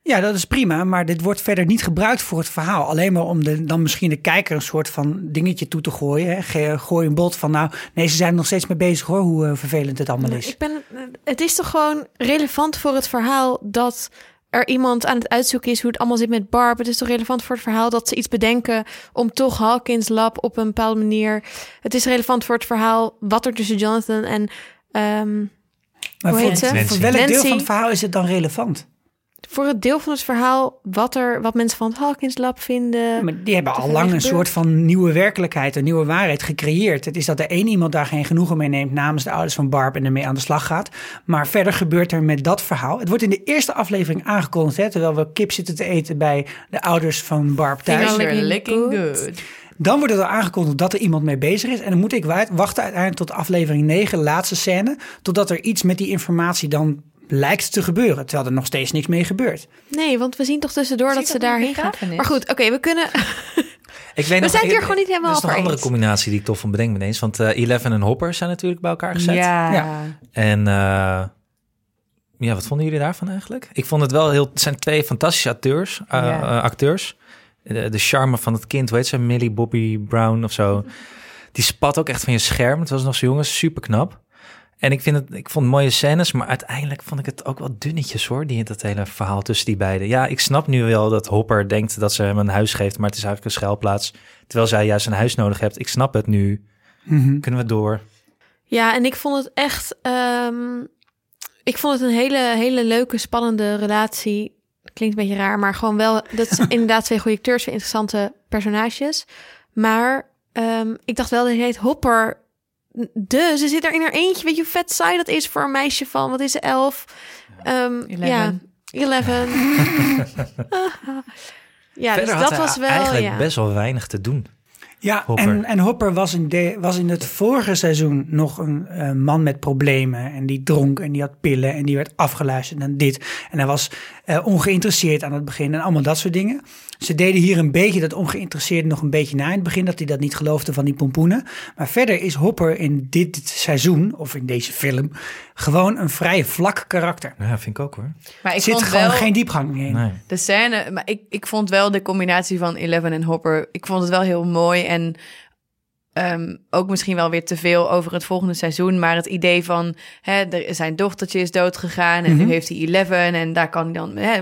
Ja, dat is prima, maar dit wordt verder niet gebruikt voor het verhaal. Alleen maar om de, dan misschien de kijker een soort van dingetje toe te gooien. Hè. Ge, gooi een bot van, nou, nee, ze zijn er nog steeds mee bezig hoor, hoe uh, vervelend het allemaal is. Ik ben, het is toch gewoon relevant voor het verhaal dat er iemand aan het uitzoeken is hoe het allemaal zit met Barb. Het is toch relevant voor het verhaal dat ze iets bedenken om toch Hawkins lab op een bepaalde manier. Het is relevant voor het verhaal wat er tussen Jonathan en um, maar hoe voor, heet ze? Voor welk deel Nancy. van het verhaal is het dan relevant? Voor het deel van het verhaal wat er wat mensen van het Hawkins lab vinden. Maar die hebben Wat al er lang een gebeurt. soort van nieuwe werkelijkheid, een nieuwe waarheid gecreëerd. Het is dat er één iemand daar geen genoegen mee neemt namens de ouders van Barb en ermee aan de slag gaat. Maar verder gebeurt er met dat verhaal. Het wordt in de eerste aflevering aangekondigd, hè, terwijl we kip zitten te eten bij de ouders van Barb thuis. Things are Licking looking good. good. Dan wordt er al aangekondigd dat er iemand mee bezig is. En dan moet ik wa- wachten uiteindelijk tot aflevering negen, laatste scène, totdat er iets met die informatie dan lijkt te gebeuren, terwijl er nog steeds niks mee gebeurt. Nee, want we zien toch tussendoor Zie dat je ze dat daarheen niet gaan. begrafenis? Maar goed, oké, we kunnen. Ik weet We nog, zijn het hier gewoon niet helemaal Er is nog over een andere eens. combinatie die ik toch van bedenk me ineens. Want uh, Eleven en Hopper zijn natuurlijk bij elkaar gezet. Ja. Ja. En uh, ja, wat vonden jullie daarvan eigenlijk? Ik vond het wel heel... Het zijn twee fantastische acteurs. Uh, Ja. uh, acteurs. De, de charme van het kind, hoe heet ze? Millie Bobby Brown of zo. Die spat ook echt van je scherm. Het was nog zo jongens, super knap. En ik, vind het, ik vond mooie scènes, maar uiteindelijk vond ik het ook wel dunnetjes hoor, die, dat hele verhaal tussen die beiden. Ja, ik snap nu wel dat Hopper denkt dat ze hem een huis geeft, maar het is eigenlijk een schuilplaats. Terwijl zij juist een huis nodig heeft. Ik snap het nu. Mm-hmm. Kunnen we door? Ja, en ik vond het echt. Um, ik vond het een hele, hele leuke, spannende relatie. Klinkt een beetje raar, maar gewoon wel. Dat zijn inderdaad twee goede acteurs, twee interessante personages. Maar um, ik dacht wel dat heet Hopper. De, ze zit er in haar eentje. Weet je hoe vet saai dat is voor een meisje van, wat is ze, elf? Um, ja, eleven. ja, Verder dus had dat hij was wel. eigenlijk Ja. best wel weinig te doen. Ja, Hopper. En, en Hopper was in, de, was in het vorige seizoen nog een uh, man met problemen. En die dronk en die had pillen en die werd afgeluisterd en dit. En hij was uh, ongeïnteresseerd aan het begin en allemaal dat soort dingen. Ze deden hier een beetje dat ongeïnteresseerd nog een beetje na in het begin. Dat hij dat niet geloofde van die pompoenen. Maar verder is Hopper in dit seizoen, of in deze film, gewoon een vrij vlak karakter. Ja, vind ik ook hoor. Maar ik Er zit vond gewoon wel geen diepgang meer in. Nee. de scène, maar ik, ik vond wel de combinatie van Eleven en Hopper, ik vond het wel heel mooi en um, ook misschien wel weer te veel over het volgende seizoen, maar het idee van, hè, er, zijn dochtertje is doodgegaan en Mm-hmm. nu heeft hij Eleven en daar kan hij dan, hè,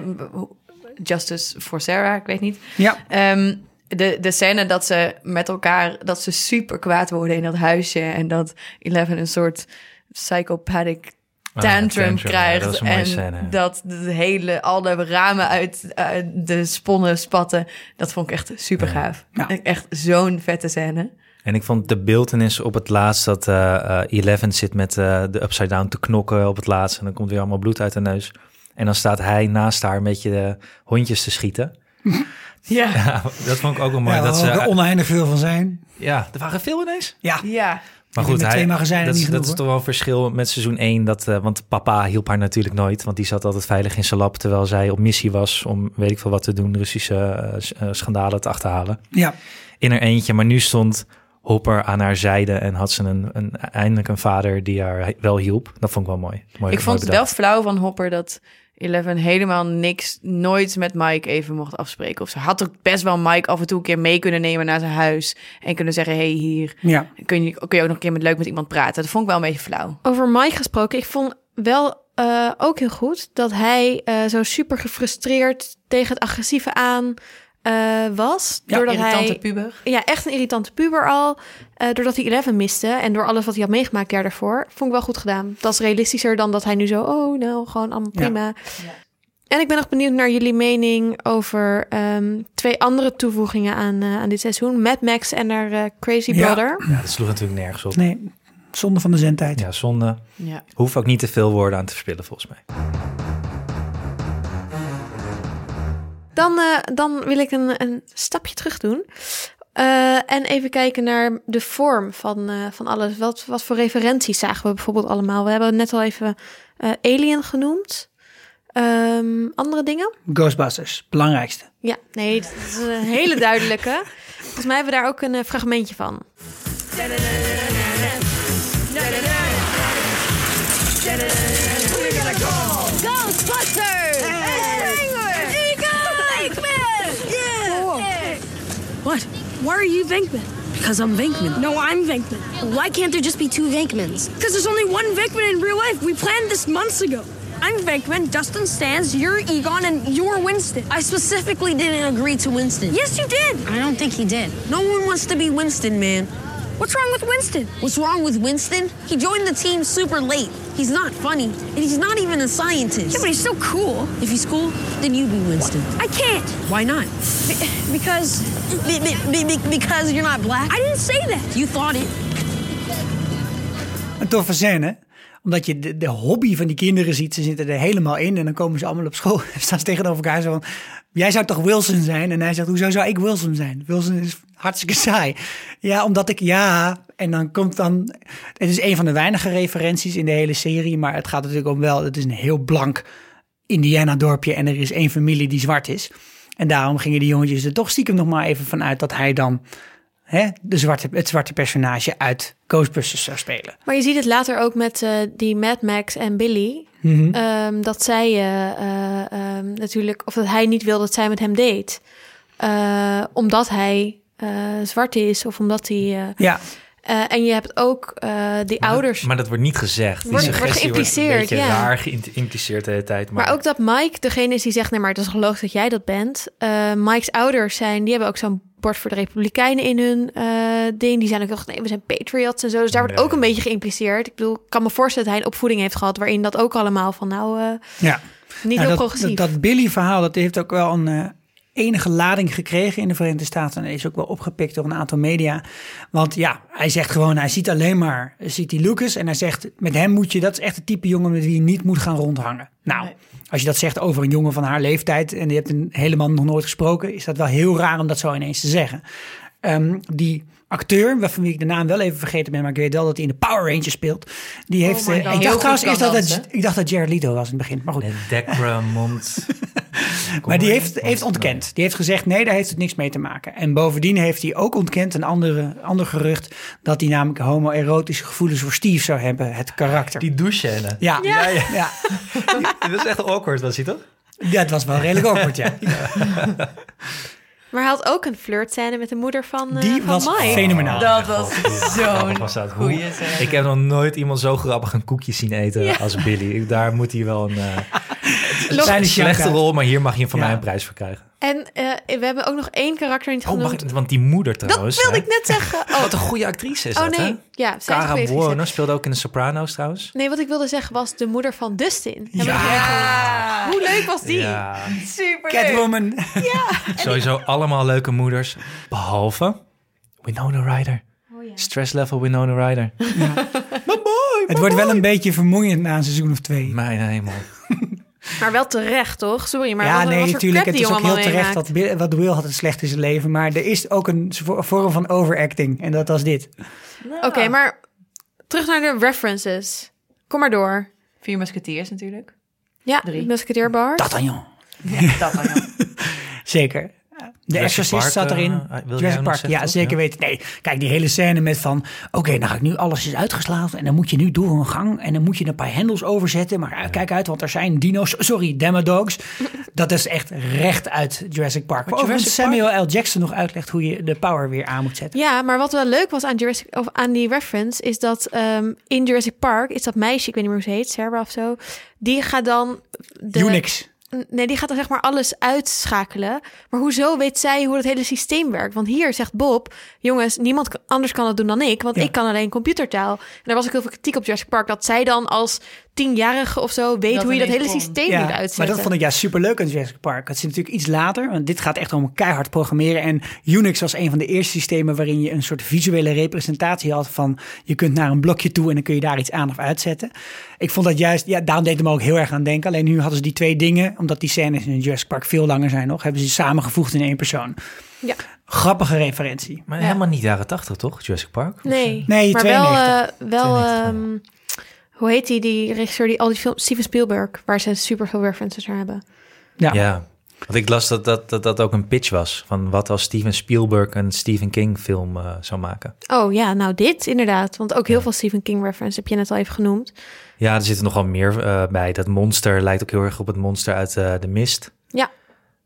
justice for Sarah, ik weet niet. Ja, Um, de, de scène dat ze met elkaar, dat ze super kwaad worden in dat huisje en dat Eleven een soort psychopathic Ah, ja, tantrum tantrum, ja, krijgt dat is een mooie en scène, ja. dat de hele, alle ramen uit, uit de sponnen spatten. Dat vond ik echt super gaaf. Ja. Echt zo'n vette scène. En ik vond de beeltenis op het laatst dat uh, uh, Eleven zit met uh, de Upside Down te knokken op het laatst. En dan komt weer allemaal bloed uit de neus. En dan staat hij naast haar een beetje de hondjes te schieten. Ja. Ja, dat vond ik ook wel mooi. ja dat waar ze, er oneindig veel van zijn. ja, er waren veel ineens. Ja, Ja. Maar Ik goed, vind met hij, twee magazijnen dat, is, niet dat genoeg, is toch wel een verschil met seizoen één. Dat, uh, want papa hielp haar natuurlijk nooit. Want die zat altijd veilig in zijn lab. Terwijl zij op missie was om weet ik veel wat te doen. Russische uh, schandalen te achterhalen. ja. In haar eentje. Maar nu stond Hopper aan haar zijde. En had ze een, een, eindelijk een vader die haar wel hielp. Dat vond ik wel mooi. mooi Ik vond het mooi wel flauw van Hopper dat Eleven helemaal niks, nooit met Mike even mocht afspreken. Of ze had ook best wel Mike af en toe een keer mee kunnen nemen naar zijn huis. En kunnen zeggen, hey, hier, ja. kun je, kun je ook nog een keer met leuk met iemand praten. Dat vond ik wel een beetje flauw. Over Mike gesproken, ik vond wel uh, ook heel goed dat hij uh, zo super gefrustreerd tegen het agressieve aan uh, was. Ja, doordat Irritante hij, puber. ja, echt een irritante puber al. Uh, doordat hij Eleven miste en door alles wat hij had meegemaakt jaar daarvoor. Vond ik wel goed gedaan. Dat is realistischer dan dat hij nu zo, oh nou, gewoon allemaal prima. Ja. En ik ben nog benieuwd naar jullie mening over um, twee andere toevoegingen aan, uh, aan dit seizoen. Mad Max en naar uh, Crazy Ja. Brother. Ja, dat sloeg natuurlijk nergens op. Nee, zonde van de zendtijd. Ja, zonde. Ja. Hoeft ook niet te veel woorden aan te verspillen volgens mij. Dan, uh, dan wil ik een, een stapje terug doen. Uh, en even kijken naar de vorm van, uh, van alles. Wat, wat voor referenties zagen we bijvoorbeeld allemaal? We hebben net al even uh, Alien genoemd. Um, andere dingen? Ghostbusters, belangrijkste. Ja, nee, dat is een hele duidelijke. Volgens mij hebben we daar ook een uh, fragmentje van. Ghostbusters! Why are you Venkman? Because I'm Venkman. No, I'm Venkman. Why can't there just be two Venkmans? Because there's only one Venkman in real life. We planned this months ago. I'm Venkman, Dustin Stans, you're Egon, and you're Winston. I specifically didn't agree to Winston. Yes, you did. I don't think he did. No one wants to be Winston, man. What's wrong with Winston? What's wrong with Winston? He joined the team super late. He's not funny, and he's not even a scientist. Yeah, but he's so cool. If he's cool, then you be Winston. I can't. Why not? Be- because... Be- be- be- because you're not black? I didn't say that. You thought it. Een toffe scène. Omdat je de, de hobby van die kinderen ziet. Ze zitten er helemaal in. En dan komen ze allemaal op school. En staan ze tegenover elkaar zo van... Jij zou toch Wilson zijn? En hij zegt, hoezo zou ik Wilson zijn? Wilson is hartstikke saai. Ja, omdat ik... Ja... En dan komt dan... Het is een van de weinige referenties in de hele serie. Maar het gaat natuurlijk om wel... Het is een heel blank Indiana-dorpje. En er is één familie die zwart is. En daarom gingen die jongetjes er toch stiekem nog maar even van uit... dat hij dan... Hè, de zwarte, het zwarte personage uit Ghostbusters zou spelen. Maar je ziet het later ook met uh, die Mad Max en Billy. Mm-hmm. Um, dat zij uh, uh, um, natuurlijk... Of dat hij niet wil dat zij met hem deed. Uh, omdat hij uh, zwart is. Of omdat hij... Uh, ja. Uh, en je hebt ook uh, die maar ouders... Dat, maar dat wordt niet gezegd. Die Wordt, suggestie wordt geïmpliceerd, wordt een beetje ja. raar geïmpliceerd de hele tijd. Maar... maar ook dat Mike degene is die zegt... nee, maar het is geloofd dat jij dat bent. Uh, Mike's ouders zijn... die hebben ook zo'n bord voor de Republikeinen in hun uh, ding. Die zijn ook nog... nee, we zijn patriots en zo. Dus daar wordt nee. ook een beetje geïmpliceerd. Ik bedoel, ik kan me voorstellen dat hij een opvoeding heeft gehad... waarin dat ook allemaal van nou... Uh, ja. niet nou, heel dat, progressief. Dat, dat Billy-verhaal, dat heeft ook wel een... Uh, enige lading gekregen in de Verenigde Staten. En is ook wel opgepikt door een aantal media. Want ja, hij zegt gewoon, hij ziet alleen maar, ziet die Lucas. En hij zegt, met hem moet je, dat is echt het type jongen met wie je niet moet gaan rondhangen. Nou, nee. Als je dat zegt over een jongen van haar leeftijd en je hebt een helemaal nog nooit gesproken, is dat wel heel raar om dat zo ineens te zeggen. Um, die acteur, waarvan wie ik de naam wel even vergeten ben, maar ik weet wel dat hij in de Power Rangers speelt. Die heeft, oh uh, ik dacht trouwens eerst dat het, ik dacht dat Jared Leto was in het begin, maar goed. De Decramont. Maar die heeft, heeft ontkend. Die heeft gezegd, nee, daar heeft het niks mee te maken. En bovendien heeft hij ook ontkend een andere, ander gerucht... dat hij namelijk homoerotische gevoelens voor Steve zou hebben, het karakter. Die douche-scène. Ja. Ja, ja. ja. Dat was echt awkward, was hij toch? Ja, het was wel redelijk awkward, ja. ja. Maar hij had ook een flirtscène met de moeder van uh, Die van was Mike. fenomenaal. Dat was zo'n was dat. goeie scène. Ik heb nog nooit iemand zo grappig een koekje zien eten Ja. als Billy. Ik, daar moet hij wel een, uh, Nog- een slechte rol, maar hier mag je van Ja. mij een prijs voor krijgen. En uh, we hebben ook nog één karakter niet Oh, mag genoemd. ik, want die moeder trouwens. dat wilde hè? ik net zeggen. Oh, Wat een goede actrice is oh dat, nee. hè? Ja, zij is een Cara goede Buono actrice. speelde ook in de Sopranos trouwens. Nee, wat ik wilde zeggen was de moeder van Dustin. Hebben Ja. we die echt- Hoe leuk was die? Ja, Super Catwoman. sowieso allemaal leuke moeders. Behalve Winona Ryder. Oh, ja. Stress level Winona Ryder. Het wordt wel een beetje vermoeiend na een seizoen of twee. Mijn hemel. Maar wel terecht, toch? Sorry, maar ja, wat, nee, wat voor natuurlijk. crap Het die is ook jongen heel allemaal terecht meemaakt. dat Bill, wat Will had het slecht in zijn leven. Maar er is ook een vorm van overacting. En dat was dit. Oké, okay, maar terug naar de references. Kom maar door. Vier Musketeers natuurlijk. Ja, Drie. de Musketeerbars. D'Artagnan. Ja, dat dan, ja. Zeker. De Jurassic Exorcist Park, zat erin. uh, wil jij Jurassic nog Park, zeggen, ja, toch? zeker Ja. weten. Nee, kijk, die hele scène met van... Oké, okay, nou ga ik nu, alles is uitgeslagen. En dan moet je nu door een gang. En dan moet je een paar hendels overzetten. Maar ja. Kijk uit, want er zijn dino's. Sorry, Demodogs. Dat is echt recht uit Jurassic Park. Maar overigens Samuel L. Jackson nog uitlegt hoe je de power weer aan moet zetten. Ja, maar wat wel leuk was aan, Jurassic, of aan die reference... is dat um, in Jurassic Park is dat meisje, ik weet niet meer hoe ze heet, Sarah of zo... die gaat dan... de Unix. Nee, die gaat dan zeg maar alles uitschakelen. Maar hoezo weet zij hoe het hele systeem werkt? Want hier zegt Bob, jongens, niemand anders kan het doen dan ik. Want ja. ik kan alleen computertaal. En daar was ook heel veel kritiek op Jurassic Park. Dat zij dan als tienjarige of zo weet Dat hoe je dat hele ineens kon. systeem Ja, moet uitzetten. maar dat vond ik ja superleuk aan Jurassic Park. Het zit natuurlijk iets later, want dit gaat echt om keihard programmeren. En Unix was een van de eerste systemen waarin je een soort visuele representatie had van je kunt naar een blokje toe en dan kun je daar iets aan of uitzetten. Ik vond dat juist, ja, daarom deed het me ook heel erg aan denken. Alleen nu hadden ze die twee dingen, omdat die scènes in Jurassic Park veel langer zijn nog, hebben ze samengevoegd in één persoon. Ja. Grappige referentie. Maar Ja. helemaal niet jaren tachtig, toch? Jurassic Park? Nee, Nee, maar wel, tweeënnegentig. uh, wel tweeënnegentig, um, hoe heet die, die regisseur die al die films, Steven Spielberg, waar ze super veel references naar hebben. Ja. Ja. Want ik las dat dat, dat dat ook een pitch was. Van wat als Steven Spielberg een Stephen King film uh, zou maken. Oh ja, nou dit inderdaad. Want ook heel veel Stephen King reference heb je net al even genoemd. Ja, er zitten nogal meer uh, bij. Dat monster lijkt ook heel erg op het monster uit uh, The Mist. Ja.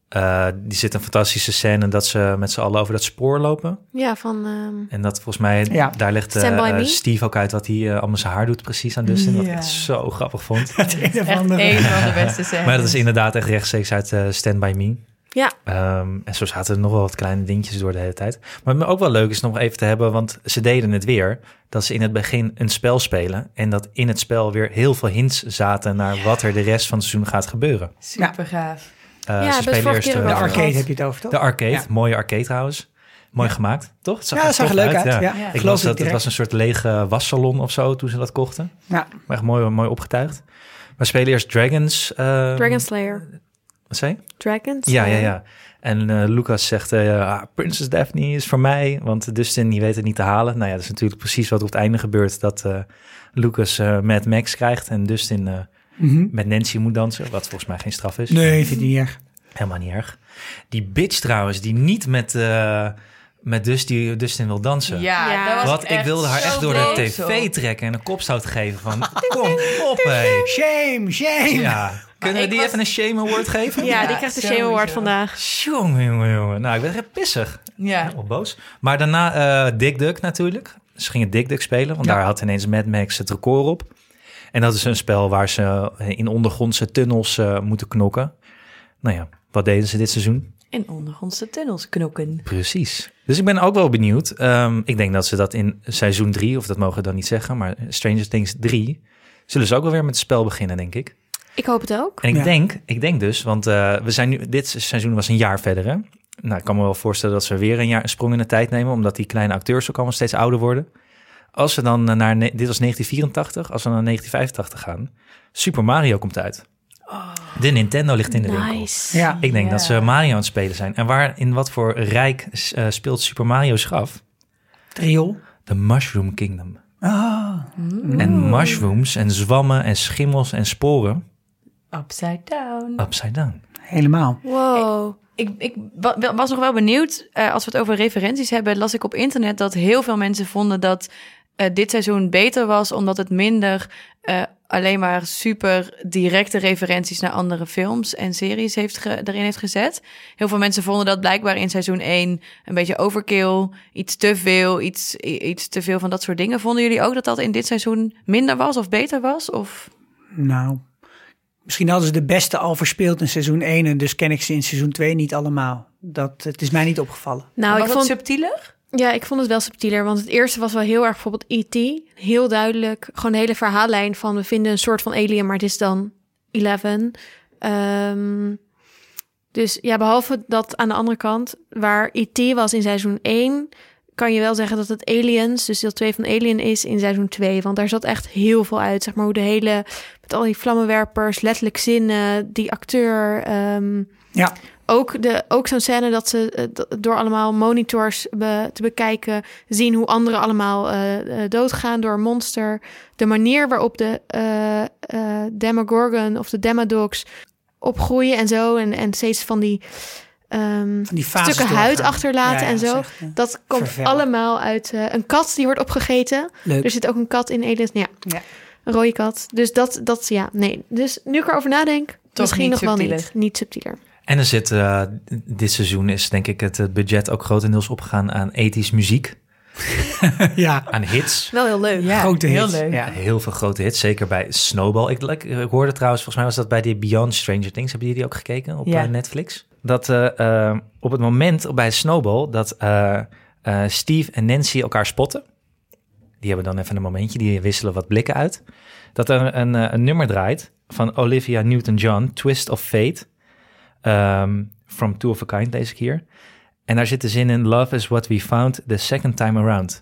Uh, die zit een fantastische scène dat ze met z'n allen over dat spoor lopen. Ja, van... ehm, En dat volgens mij, Ja. daar legt uh, Stand By Me. Steve ook uit wat hij uh, allemaal zijn haar doet precies aan Dustin. Wat ik Ja. echt zo grappig vond. Het een of Echt andere. een van de beste scènes. Maar dat is inderdaad echt rechtstreeks uit uh, Stand By Me. Ja. Um, en zo zaten er nog wel wat kleine dingetjes door de hele tijd. Maar wat me ook wel leuk is nog even te hebben, want ze deden het weer, dat ze in het begin een spel spelen en dat in het spel weer heel veel hints zaten naar wat er de rest van het seizoen gaat gebeuren. Super gaaf. Uh, Ja, ze hebben we spelen vorige eerst keer uh, ook De over arcade gehad. heb je het over, toch? de arcade, Ja. mooie arcade trouwens. Mooi Ja. gemaakt, toch? Het Ja, het zag er leuk uit. Ja. Ja. Ik Geloof las ik dat het direct. was een soort lege wassalon of zo toen ze dat kochten. Ja. Maar echt mooi, mooi opgetuigd. We spelen eerst Dragons. Uh, Dragon Slayer. Wat zei je? Dragons? Ja, ja, ja. En uh, Lucas zegt, uh, ah, Princess Daphne is voor mij, want Dustin die weet het niet te halen. Nou ja, dat is natuurlijk precies wat op het einde gebeurt, dat uh, Lucas uh, Mad Max krijgt en Dustin uh, Mhm. met Nancy moet dansen, wat volgens mij geen straf is. Nee, vind ik niet erg. Helemaal niet erg. Die bitch trouwens, die niet met, uh, met Dustin, Dustin wil dansen. Ja, Ja. dat was Wat, ik echt wilde haar zo echt door de boos tv op. trekken en een kopstoot geven van, kom op hé. Shame, shame. Ja, kunnen we ik die was- even een shame award geven? Ja, Ja, die krijgt de sowieso. Shame Award vandaag. Jongen, jongen, jongen. Nou, ik ben echt pissig. Ja. Helemaal boos. Maar daarna uh, Dick Duck natuurlijk. Ze gingen Dick Duck spelen, want Ja. daar had ineens Mad Max het record op. En dat is een spel waar ze in ondergrondse tunnels uh, moeten knokken. Nou ja, wat deden ze dit seizoen? In ondergrondse tunnels knokken. Precies. Dus ik ben ook wel benieuwd. Um, ik denk dat ze dat in seizoen drie, of dat mogen we dan niet zeggen, maar Stranger Things drie, zullen ze ook wel weer met het spel beginnen, denk ik. Ik hoop het ook. En ik, Ja. denk, ik denk dus, want uh, we zijn nu, dit seizoen was een jaar verder, hè? Nou, ik kan me wel voorstellen dat ze weer een jaar een sprong in de tijd nemen, omdat die kleine acteurs ook allemaal steeds ouder worden. Als we dan naar, ne- dit was negentien vierentachtig, als we naar negentien vijfentachtig gaan, Super Mario komt uit. De Nintendo ligt in de winkel. Nice. Ja. Ik denk Ja. dat ze Mario aan het spelen zijn. En waar, in wat voor rijk uh, speelt Super Mario zich af? Riool. The Mushroom Kingdom. Ah. En mushrooms en zwammen en schimmels en sporen Upside down. upside down. Helemaal. Wow. Ik, ik wa- was nog wel benieuwd, uh, als we het over referenties hebben, las ik op internet dat heel veel mensen vonden dat uh, dit seizoen beter was, omdat het minder uh, alleen maar super directe referenties naar andere films en series heeft ge- erin heeft gezet. Heel veel mensen vonden dat blijkbaar in seizoen één een beetje overkill, iets te veel, iets, i- iets te veel van dat soort dingen. Vonden jullie ook dat dat in dit seizoen minder was of beter was? Of... Nou, misschien hadden ze de beste al verspeeld in seizoen één en dus ken ik ze in seizoen twee niet allemaal. Dat, het is mij niet opgevallen. Nou, was ik het vond, subtieler? ja, ik vond het wel subtieler. Want het eerste was wel heel erg bijvoorbeeld E T Heel duidelijk. Gewoon de hele verhaallijn van we vinden een soort van alien, maar het is dan eleven. Um, dus ja, behalve dat aan de andere kant, waar E T was in seizoen één, kan je wel zeggen dat het Aliens, dus deel twee van Alien is in seizoen twee. Want daar zat echt heel veel uit. Zeg maar hoe de hele, met al die vlammenwerpers, letterlijk zinnen, die acteur. Um, Ja. Ook, de, ook zo'n scène dat ze uh, d- door allemaal monitors be, te bekijken zien hoe anderen allemaal uh, uh, doodgaan door een monster. De manier waarop de uh, uh, Demogorgon of de Demodogs opgroeien en zo. En, en steeds van die, um, Van die fases stukken huid doorgaan. achterlaten Ja, ja, en zo. dat is echt, uh, Dat komt vervellen. allemaal uit uh, een kat die wordt opgegeten. Leuk. Er zit ook een kat in Aliens. Nou ja, Ja. een rode kat. Dus dat, dat ja, nee. Dus nu ik erover nadenk, misschien niet nog wel subtieler. niet. Niet subtieler. En er zit, uh, dit seizoen is denk ik het, het budget ook grotendeels opgegaan aan ethisch muziek, Ja, aan hits. Wel heel leuk. Ja, grote heel hits. leuk. Ja. Heel veel grote hits, zeker bij Snowball. Ik, ik, ik hoorde trouwens, volgens mij was dat bij die Beyond Stranger Things. Hebben jullie die ook gekeken op Ja. uh, Netflix? Dat uh, uh, op het moment bij Snowball dat uh, uh, Steve en Nancy elkaar spotten. Die hebben dan even een momentje, die wisselen wat blikken uit. Dat er een, een, een nummer draait van Olivia Newton-John, Twist of Fate. Um, From Two of a Kind lees ik hier. En daar zit de zin in, Love is what we found the second time around.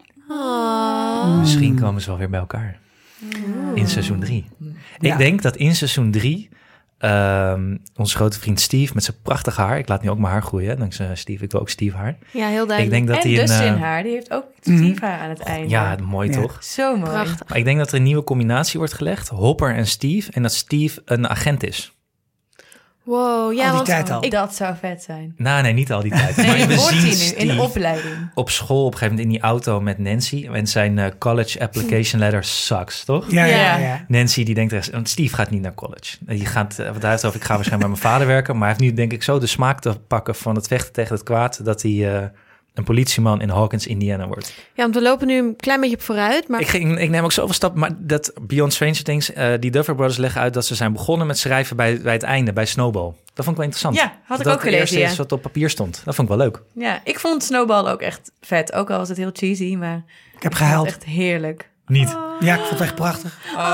Oh. Misschien komen ze wel weer bij elkaar. In seizoen drie. Ja. Ik denk dat in seizoen drie um, onze grote vriend Steve met zijn prachtige haar. Ik laat nu ook mijn haar groeien, dankzij Steve. Ik wil ook Steve haar. Ja, heel duidelijk. Ik denk dat en hij een... Dustin uh, haar, die heeft ook Steve haar aan het einde. ja, mooi Ja. toch? Zo mooi. Prachtig. Maar ik denk dat er een nieuwe combinatie wordt gelegd. Hopper en Steve. En dat Steve een agent is. Wow, ja, Al die want tijd al. ik, Dat zou vet zijn. Nou, nee, niet al die tijd. Nee, Maar in we wordt zien hij nu, in de Steve opleiding. op school op een gegeven moment in die auto met Nancy. En zijn uh, college application letter sucks, toch? Ja, ja, Ja. ja. ja. Nancy die denkt, echt, want Steve gaat niet naar college. Die gaat, uh, want hij heeft over, ik ga waarschijnlijk bij mijn vader werken. Maar hij heeft nu denk ik zo de smaak te pakken van het vechten tegen het kwaad, dat hij uh, een politieman in Hawkins, Indiana wordt. ja, want we lopen nu een klein beetje op vooruit. Maar Ik, ging, ik neem ook zoveel stappen, maar dat Beyond Stranger Things, uh, die Duffer Brothers leggen uit dat ze zijn begonnen met schrijven bij, bij het einde, bij Snowball. Dat vond ik wel interessant. Ja, had ik dat ook gelezen, Dat ja. is wat op papier stond. Dat vond ik wel leuk. Ja, ik vond Snowball ook echt vet. Ook al was het heel cheesy, maar Ik heb ik vond gehuild. het echt heerlijk. Niet. Ja, ik vond het echt prachtig.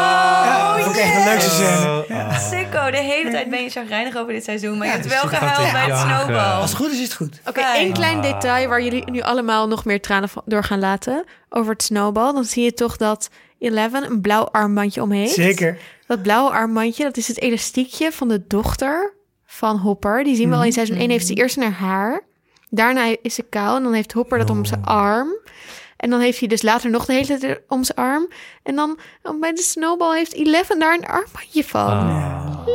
ja, dat vond ik echt de leukste scène. Ja. Sicko, de hele tijd ben je chagrijnig over dit seizoen, maar je hebt dus wel je gaat gehuild bij het jagen. Snowball. Als het goed is, is het goed. Oké, Fijn. één klein detail waar jullie nu allemaal nog meer tranen van- door gaan laten. Over het Snowball. Dan zie je toch dat Eleven een blauw armbandje om heeft. Zeker. Dat blauwe armbandje, dat is het elastiekje van de dochter van Hopper. Die zien we al in seizoen één. Heeft ze eerst in haar haar. Daarna is ze kaal. En dan heeft Hopper dat om zijn arm. En dan heeft hij dus later nog de hele tijd om zijn arm. En dan oh, bij de Snowball heeft Eleven daar een armbandje van. Ah.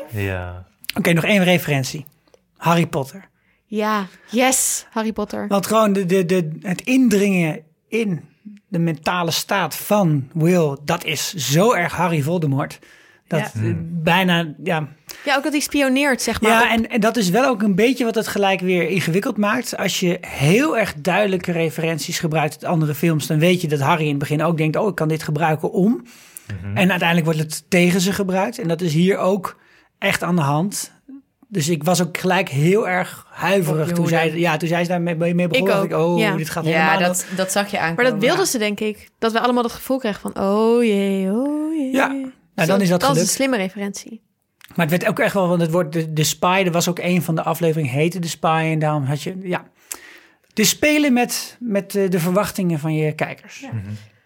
Ja. Oké, nog één referentie. Harry Potter. Ja, yes, Harry Potter. Want gewoon de, de, de, het indringen in de mentale staat van Will, dat is zo erg Harry Voldemort. Dat Ja. eh, bijna, ja. Ja, ook dat hij spioneert, zeg maar. Ja, op- en, en dat is wel ook een beetje wat het gelijk weer ingewikkeld maakt. Als je heel erg duidelijke referenties gebruikt uit andere films, dan weet je dat Harry in het begin ook denkt, oh, ik kan dit gebruiken om. Mhm. En uiteindelijk wordt het tegen ze gebruikt. En dat is hier ook echt aan de hand. Dus ik was ook gelijk heel erg huiverig Op je toen hoede. zij, ja, toen zij daarmee mee begon. Ik dacht ook, ik, oh, ja. dit gaat Ja, helemaal... dat, dat zag je aankomen. Maar dat wilden Ja. ze, denk ik. Dat we allemaal dat gevoel kregen van, oh jee, oh jee. Ja, nou, dan is dat Dat is gelukt. een slimme referentie. Maar het werd ook echt wel, want het wordt de, de Spy, er was ook een van de afleveringen, heette de Spy. En daarom had je, ja, het is spelen met, met de, de verwachtingen van je kijkers. Ja.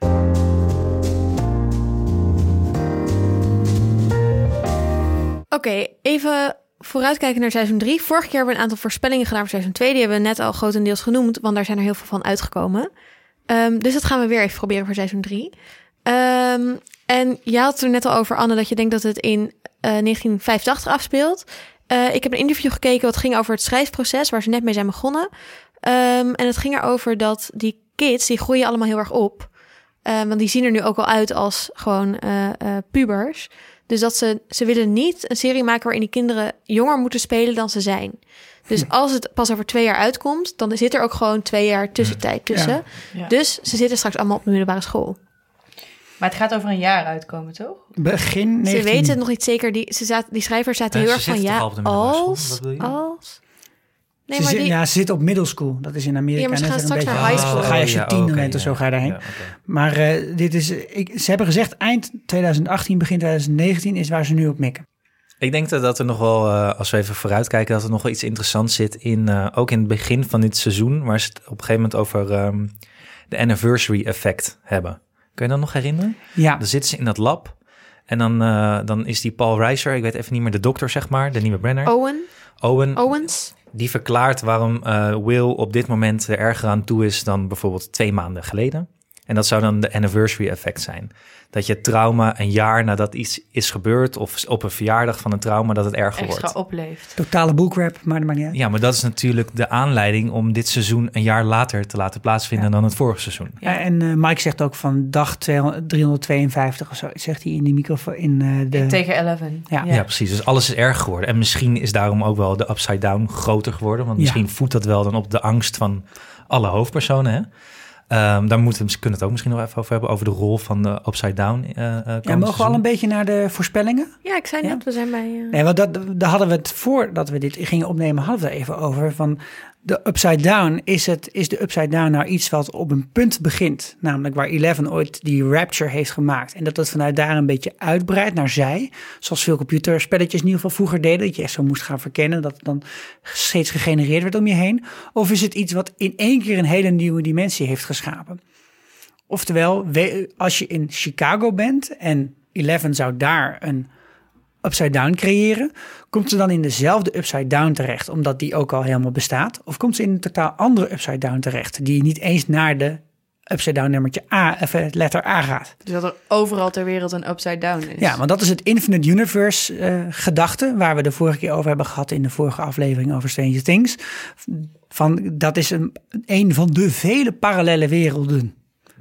Oké, even vooruitkijken naar seizoen drie. Vorig keer hebben we een aantal voorspellingen gedaan voor seizoen twee. Die hebben we net al grotendeels genoemd, want daar zijn er heel veel van uitgekomen. Um, dus dat gaan we weer even proberen voor seizoen drie. Um, en jij had het er net al over, Anne, dat je denkt dat het in uh, negentien vijfentachtig afspeelt. Uh, ik heb een interview gekeken wat ging over het schrijfproces, waar ze net mee zijn begonnen. Um, en het ging erover dat die kids, die groeien allemaal heel erg op. Um, want die zien er nu ook al uit als gewoon uh, uh, pubers. Dus dat ze, ze willen niet een serie maken waarin die kinderen jonger moeten spelen dan ze zijn. Dus als het pas over twee jaar uitkomt, dan zit er ook gewoon twee jaar tussentijd tussen. Ja. Ja. Dus ze zitten straks allemaal op de middelbare school. Maar het gaat over een jaar uitkomen, toch? Begin negentien... Ze weten het nog niet zeker. Die, ze zaten, die schrijvers zaten Ja, heel ze erg van zitten ja, toch al op de middelbare school? als, Wat wil je? als. Nee, Ze maar zit- die, Ja, ze zitten op middle school. Dat is in Amerika. Ja, maar ze net gaan een straks beetje- naar high school. Dan ga je als je ja, tien oké, bent of ja. zo, ga je daarheen. Ja, oké. Maar uh, dit is, ik, ze hebben gezegd eind twintig achttien, begin twintig negentien is waar ze nu op mikken. Ik denk dat, dat er nog wel, uh, als we even vooruitkijken, dat er nog wel iets interessants zit in, uh, ook in het begin van dit seizoen, waar ze het op een gegeven moment over um, de anniversary effect hebben. Kun je dat nog herinneren? Ja, Dan zitten ze in dat lab en dan, uh, dan is die Paul Reiser, ik weet even niet meer de dokter zeg maar, de nieuwe Brenner, Owen, Owen, Owens. die verklaart waarom uh, Will op dit moment er erger aan toe is dan bijvoorbeeld twee maanden geleden. En dat zou dan de anniversary effect zijn. Dat je trauma een jaar nadat iets is gebeurd, of op een verjaardag van een trauma, dat het erger Extra wordt. opleeft. totale bullcrap, maar dat maakt niet uit. Ja, maar dat is natuurlijk de aanleiding om dit seizoen een jaar later te laten plaatsvinden Ja. dan het vorige seizoen. Ja. En uh, Mike zegt ook van dag driehonderdtweeënvijftig of zo, zegt hij in die microfoon. In, uh, de... Tegen Eleven. Ja. Ja. precies. Dus alles is erg geworden. En misschien is daarom ook wel de Upside Down groter geworden. Want Ja. misschien voedt dat wel dan op de angst van alle hoofdpersonen. Hè? Um, daar moeten we kunnen het ook misschien nog even over hebben. Over de rol van de Upside Down. Uh, uh, Ja, mogen we al een beetje naar de voorspellingen? Ja, ik zei Ja? net, we zijn bij... Uh... Nee, want dat, daar hadden we het voordat we dit gingen opnemen, hadden we het even over. Van de Upside Down, is, het, is de Upside Down nou iets wat op een punt begint? Namelijk waar Eleven ooit die Rapture heeft gemaakt. En dat dat vanuit daar een beetje uitbreidt naar zij. Zoals veel computerspelletjes in ieder geval vroeger deden. Dat je echt zo moest gaan verkennen. Dat het dan steeds gegenereerd werd om je heen. Of is het iets wat in één keer een hele nieuwe dimensie heeft geschapen? Oftewel, we- als je in Chicago bent en Eleven zou daar een Upside Down creëren, komt ze dan in dezelfde Upside Down terecht, omdat die ook al helemaal bestaat? Of komt ze in een totaal andere Upside Down terecht, die niet eens naar de upside down nummertje A, even letter A gaat. Dus dat er overal ter wereld een upside down is. Ja, want dat is het Infinite Universe uh, gedachte, waar we de vorige keer over hebben gehad in de vorige aflevering over Stranger Things. Van, dat is een, een van de vele parallele werelden.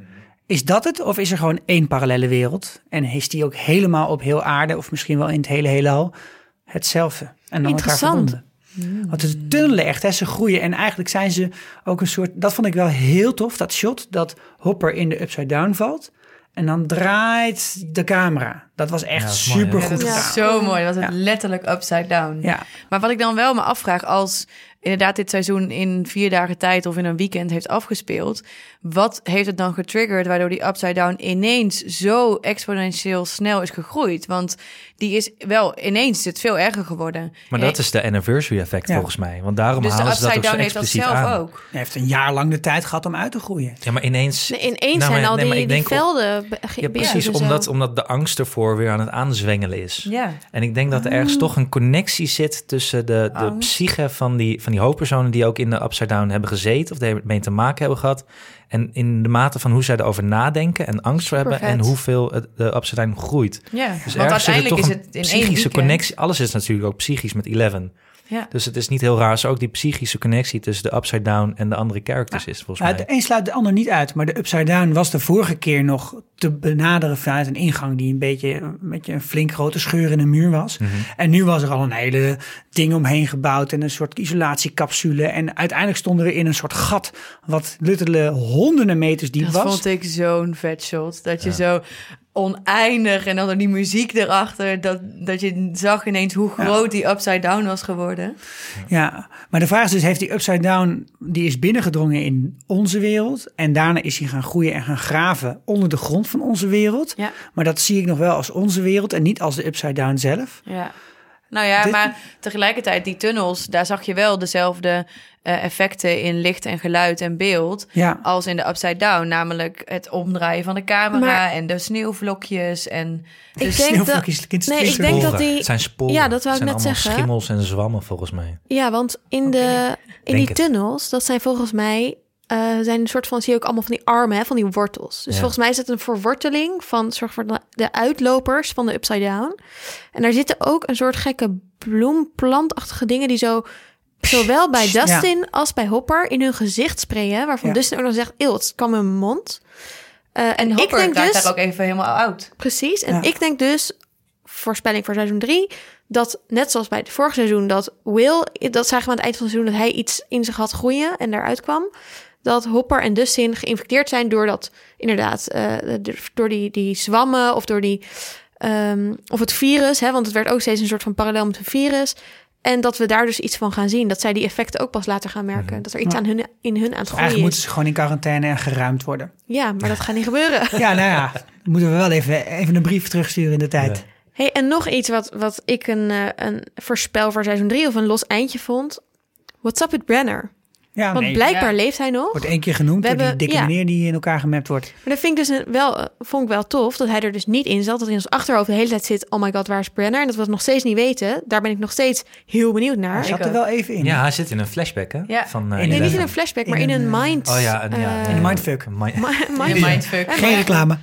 Is dat het? Of is er gewoon één parallele wereld? En is die ook helemaal op heel aarde, of misschien wel in het hele heelal, hetzelfde? En dan elkaar verbonden. Mm. Want ze tunnelen echt, hè, ze groeien. En eigenlijk zijn ze ook een soort... Dat vond ik wel heel tof, dat shot, dat Hopper in de upside down valt. En dan draait de camera. Dat was echt ja, super goed gedaan. Ja, zo mooi, dat was het ja. letterlijk upside down. Ja. Maar wat ik dan wel me afvraag, als inderdaad dit seizoen in vier dagen tijd of in een weekend heeft afgespeeld, wat heeft het dan getriggerd waardoor die upside down ineens zo exponentieel snel is gegroeid? Want die is wel ineens is het veel erger geworden. Maar dat is de anniversary effect ja. volgens mij. Want daarom dus halen ze dat ook zo expliciet aan. Dus ook. Hij heeft een jaar lang de tijd gehad om uit te groeien. Ja, maar ineens... Nee, ineens nou, zijn maar, al nee, die, die velden... Op, ja, precies, omdat, omdat de angst ervoor weer aan het aanzwengelen is. Ja. En ik denk dat er ergens toch een connectie zit tussen de, de psyche van die, van die hoofdpersonen die ook in de upside down hebben gezeten of ermee te maken hebben gehad. En in de mate van hoe zij erover nadenken en angst voor hebben en hoeveel het, de upside down groeit. Ja, dus want uiteindelijk is het in psychische connectie. Alles is natuurlijk ook psychisch met Eleven. Ja. Dus het is niet heel raar als ook die psychische connectie tussen de upside down en de andere characters ja. is volgens nou, mij. De een sluit de ander niet uit, maar de upside down was de vorige keer nog te benaderen vanuit een ingang die een beetje, een beetje een flink grote scheur in de muur was. Mm-hmm. En nu was er al een hele ding omheen gebouwd en een soort isolatiecapsule. En uiteindelijk stonden we in een soort gat wat letterlijk honderden meters diep dat was. Dat vond ik zo'n vet shot. Dat je ja. zo oneindig en dan er die muziek erachter, dat, dat je zag ineens hoe groot ja. die upside down was geworden. Ja, maar de vraag is dus, heeft die upside down, die is binnengedrongen in onze wereld en daarna is hij gaan groeien en gaan graven onder de grond van onze wereld. Ja. Maar dat zie ik nog wel als onze wereld en niet als de upside down zelf. Ja. Nou ja, Dit... maar tegelijkertijd die tunnels, daar zag je wel dezelfde uh, effecten in licht en geluid en beeld ja. als in de upside down. Namelijk het omdraaien van de camera maar... en de sneeuwvlokjes en de ik denk dat, nee, ik denk dat die, het zijn sporen. Ja, dat wou het ik net zeggen. Schimmels en zwammen volgens mij. Ja, want in, okay. de, in die tunnels, dat zijn volgens mij Uh, zijn een soort van, zie je ook allemaal van die armen, hè, van die wortels. Dus ja. volgens mij is het een verworteling van soort van de uitlopers van de upside down. En daar zitten ook een soort gekke bloemplantachtige dingen die zo zowel bij Dustin ja. als bij Hopper in hun gezicht sprayen, waarvan ja. Dustin ook nog zegt, eeuw, het kwam in mijn mond. Uh, en, en ik Hopper denk dus, daar ook even helemaal oud. Precies. En ja. ik denk dus, voorspelling voor seizoen drie, dat net zoals bij het vorige seizoen, dat Will, dat zagen we aan het eind van het seizoen, dat hij iets in zich had groeien en daaruit kwam. Dat Hopper en Dustin geïnfecteerd zijn door dat, inderdaad, uh, door die, die zwammen of door die, um, of het virus, hè, want het werd ook steeds een soort van parallel met een virus. En dat we daar dus iets van gaan zien. Dat zij die effecten ook pas later gaan merken. Mm-hmm. Dat er iets ja. aan hun, in hun aan het groeien is. Eigenlijk moeten ze gewoon in quarantaine en geruimd worden. Ja, maar dat gaat niet gebeuren. Ja, nou ja, moeten we wel even, even een brief terugsturen in de tijd. Ja. Hey, en nog iets wat, wat ik een, uh, een voorspel voor seizoen drie of een los eindje vond. What's up with Brenner? Ja, Want nee, blijkbaar ja. leeft hij nog. Wordt één keer genoemd we door hebben, die dikke ja. meneer die in elkaar gemapt wordt. Maar dat vind ik dus een, wel, vond ik wel tof, dat hij er dus niet in zat. Dat hij in ons achterhoofd de hele tijd zit, oh my god, waar is Brenner? En dat we het nog steeds niet weten. Daar ben ik nog steeds heel benieuwd naar. Hij zat er wel even in. Ja, hij zit in een flashback, hè? Ja. Van, uh, nee, niet in een flashback, maar in, in een mind... Oh ja, een, ja, uh, in een mindfuck. Een mind, mind, mindfuck. Geen reclame.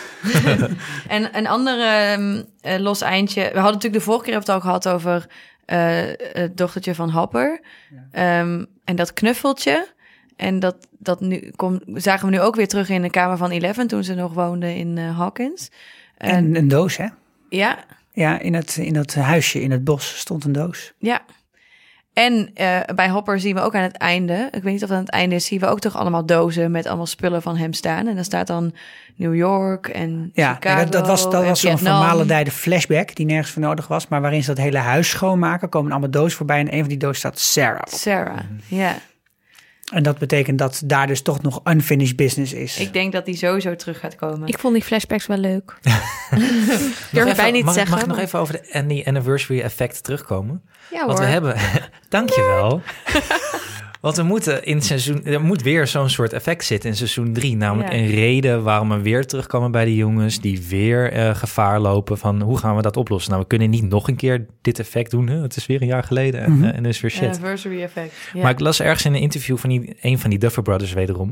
En een andere um, uh, los eindje. We hadden natuurlijk de vorige keer hebben we het al gehad over uh, het dochtertje van Hopper. Ja. Um, en dat knuffeltje. En dat, dat nu kom, zagen we nu ook weer terug in de kamer van Eleven toen ze nog woonde in uh, Hawkins. En, en een doos, hè? Ja. Ja, in het, in dat huisje in het bos stond een doos. Ja. En uh, bij Hopper zien we ook aan het einde, ik weet niet of het aan het einde is, zien we ook toch allemaal dozen met allemaal spullen van hem staan. En dan staat dan New York en ja, Chicago. Ja, dat, dat was, dat was zo'n Vietnam. vermalendijde flashback die nergens voor nodig was. Maar waarin ze dat hele huis schoonmaken, komen allemaal dozen voorbij. En een van die dozen staat Sarah. Sarah, ja. En dat betekent dat daar dus toch nog unfinished business is. Ik denk dat die sowieso terug gaat komen. Ik vond die flashbacks wel leuk. Durf bij niet mag, zeggen. Mag ik nog even over de Annie Anniversary effect terugkomen? Ja hoor. Want we hebben... Dankjewel. Want we moeten in seizoen... Er moet weer zo'n soort effect zitten in seizoen drie. Namelijk ja. een reden waarom we weer terugkomen bij de jongens... die weer uh, gevaar lopen van hoe gaan we dat oplossen? Nou, we kunnen niet nog een keer dit effect doen. Hè? Het is weer een jaar geleden en, mm-hmm. uh, en is weer shit. Anniversary effect. Ja. Maar ik las ergens in een interview van die, een van die Duffer Brothers wederom...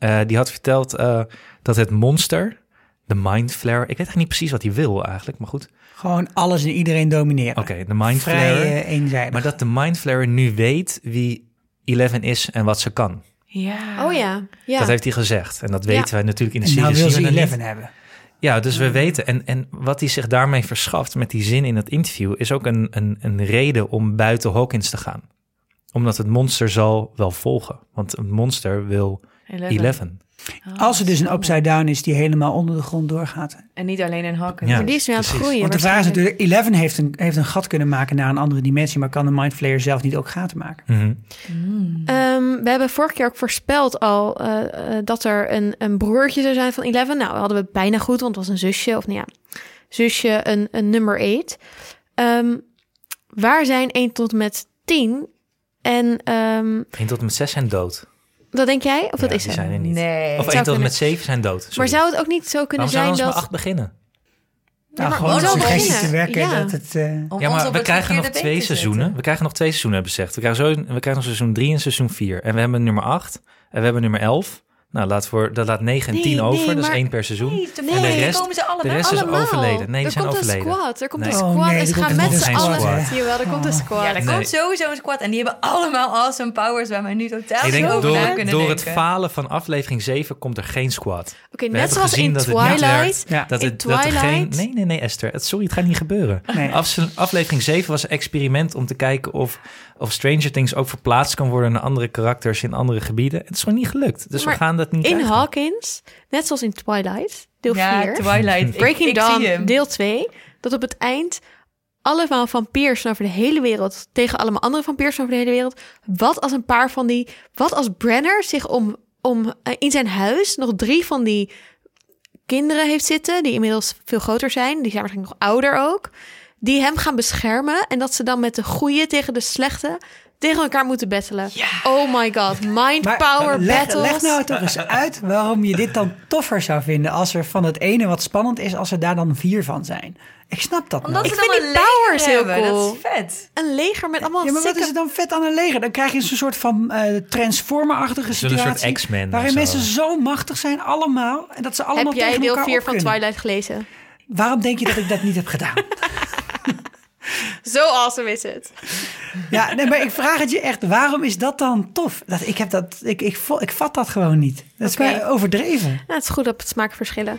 Uh, die had verteld uh, dat het monster, de Mind Flayer... Ik weet eigenlijk niet precies wat hij wil eigenlijk, maar goed. Gewoon alles en iedereen domineren. Oké, okay, de Mind Vrij, Flayer. Uh, eenzijdig. Maar dat de Mind Flayer nu weet wie Eleven is en wat ze kan. Ja. Oh ja. ja. Dat heeft hij gezegd. En dat weten ja. wij natuurlijk in de en serie. Nou wil ze Eleven hebben. Ja, dus we weten. En, en wat hij zich daarmee verschaft met die zin in het interview... is ook een, een, een reden om buiten Hawkins te gaan. Omdat het monster zal wel volgen. Want het monster wil Eleven. Eleven. Oh, Als er dus een upside down is die helemaal onder de grond doorgaat. En niet alleen in Hawkins. Ja, maar die is nu aan het groeien. Want de vraag is natuurlijk, Eleven heeft een, heeft een gat kunnen maken naar een andere dimensie, maar kan de Mind Flayer zelf niet ook gaten maken? Mm-hmm. Mm. Um, we hebben vorige keer ook voorspeld al uh, uh, dat er een, een broertje zou zijn van Eleven. Nou, hadden we bijna goed, want het was een zusje. Of nou ja, zusje, een, een nummer acht. Um, waar zijn één tot met tien? En um, één tot en met zes zijn dood. Dat denk jij? Of ja, dat is die er? zijn er niet. Nee. Of één tot en met zeven zijn dood. Sorry. Maar zou het ook niet zo kunnen Waarom zijn dat... dat... Waarom zouden we maar acht beginnen? Nou, ja, gewoon gewoon suggesties te werken. Ja. Dat het, uh... ja, maar we krijgen nog twee seizoenen. We krijgen nog twee seizoenen, hebben we gezegd. We krijgen, zo, we krijgen nog seizoen drie en seizoen vier. En we hebben nummer acht en we hebben nummer elf. Nou, laat voor, dat laat negen en nee, tien over. Nee, dat is maar... één per seizoen. Nee, en de rest, komen ze allemaal. de rest allemaal. is overleden. Nee, die er zijn komt overleden. Een squad. Er komt nee. een squad oh, nee, en ze gaan met z'n allen... Jawel, er komt een squad. Ja, er nee. komt sowieso een squad. En die hebben allemaal awesome powers waar wij nu totaal Ik denk, over door, na kunnen door denken. het falen van aflevering zeven komt er geen squad. Oké, okay, net zoals in Twilight. Werkt, ja. dat in het, Twilight. Dat er geen, nee, nee, nee, Esther. Het, sorry, het gaat niet gebeuren. Nee. Af, aflevering zeven was een experiment om te kijken of, of Stranger Things ook verplaatst kan worden naar andere karakters in andere gebieden. Het is gewoon niet gelukt. Dus maar we gaan dat niet in krijgen. Hawkins, net zoals in Twilight, deel ja, vier. Twilight. Breaking ik, ik Dawn, deel twee. Dat op het eind allemaal vampiers over de hele wereld tegen allemaal andere vampiers over de hele wereld. Wat als een paar van die... Wat als Brenner zich om, om uh, in zijn huis nog drie van die kinderen heeft zitten, die inmiddels veel groter zijn. Die zijn waarschijnlijk nog ouder ook. Die hem gaan beschermen. En dat ze dan met de goeie tegen de slechte tegen elkaar moeten battelen. Ja. Oh my god, mind maar, power leg, battles. Leg nou toch eens uit waarom je dit dan toffer zou vinden als er van het ene wat spannend is, als er daar dan vier van zijn. Ik snap dat Omdat nou. Ik vind die powers heel hebben. cool. Dat is vet. Een leger met allemaal Ja, maar wat sikke... is er dan vet aan een leger? Dan krijg je zo'n soort van uh, Transformer-achtige situatie. Een soort X-Men. Waarin zo. mensen zo machtig zijn, allemaal. En dat ze allemaal Heb jij tegen deel elkaar vier op van kunnen. Twilight gelezen? Waarom denk je dat ik dat niet heb gedaan? Zo awesome is het. Ja, nee, maar ik vraag het je echt. Waarom is dat dan tof? Dat, ik, heb dat, ik, ik, ik vat dat gewoon niet. Dat is Okay. okay. overdreven. Nou, het is goed op het smaak verschillen.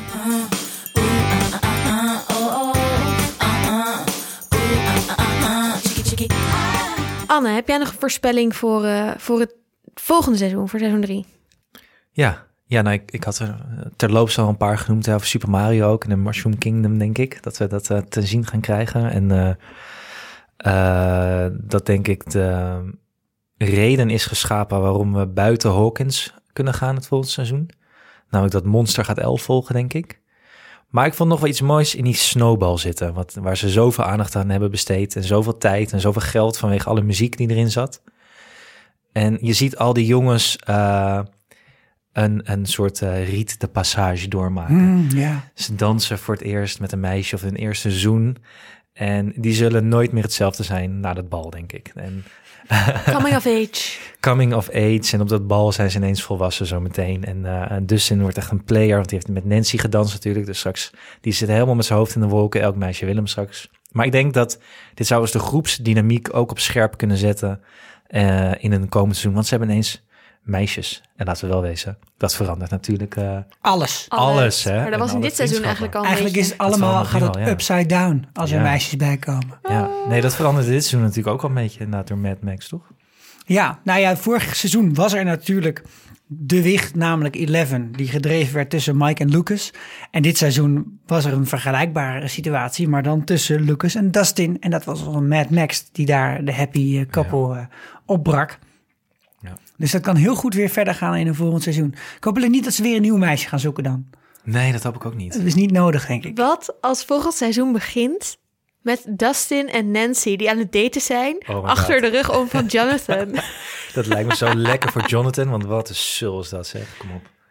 Anne, heb jij nog een voorspelling voor, uh, voor het volgende seizoen, voor seizoen drie? Ja, ja nou, ik, ik had er terloops al een paar genoemd. Over Super Mario ook en de Mushroom Kingdom, denk ik. Dat we dat uh, te zien gaan krijgen. En uh, uh, dat denk ik de reden is geschapen waarom we buiten Hawkins kunnen gaan het volgende seizoen. Namelijk dat Monster gaat elf volgen, denk ik. Maar ik vond nog wel iets moois in die Snowball zitten. Wat, waar ze zoveel aandacht aan hebben besteed. En zoveel tijd en zoveel geld vanwege alle muziek die erin zat. En je ziet al die jongens uh, een, een soort uh, rite de passage doormaken. Mm, yeah. Ze dansen voor het eerst met een meisje of hun eerste zoen. En die zullen nooit meer hetzelfde zijn na dat bal, denk ik. En Coming of age. Coming of age. En op dat bal zijn ze ineens volwassen zo meteen. En uh, Dustin wordt echt een player, want die heeft met Nancy gedanst natuurlijk. Dus straks, die zit helemaal met zijn hoofd in de wolken. Elk meisje wil hem straks. Maar ik denk dat dit zou eens de groepsdynamiek ook op scherp kunnen zetten uh, in een komend seizoen. Want ze hebben ineens meisjes. En laten we wel wezen, dat verandert natuurlijk uh, alles. alles. Hè? Maar dat was in dit seizoen eigenlijk al een Eigenlijk beetje... is het allemaal, gaat het al, ja. upside down als er ja. meisjes bij komen. Ja, nee, dat veranderde dit seizoen natuurlijk ook al een beetje inderdaad door Mad Max, toch? Ja, nou ja, vorig seizoen was er natuurlijk de wicht, namelijk Eleven, die gedreven werd tussen Mike en Lucas. En dit seizoen was er een vergelijkbare situatie, maar dan tussen Lucas en Dustin. En dat was een Mad Max die daar de happy couple ja. uh, opbrak. Ja. Dus dat kan heel goed weer verder gaan in een volgend seizoen. Ik hoop alleen niet dat ze weer een nieuw meisje gaan zoeken dan. Nee, dat hoop ik ook niet. Dat is niet nodig, denk ik. Wat als volgend seizoen begint met Dustin en Nancy die aan het daten zijn oh achter God. de rug om van Jonathan. Dat lijkt me zo lekker voor Jonathan, want wat een sul is dat, zeg. Kom op.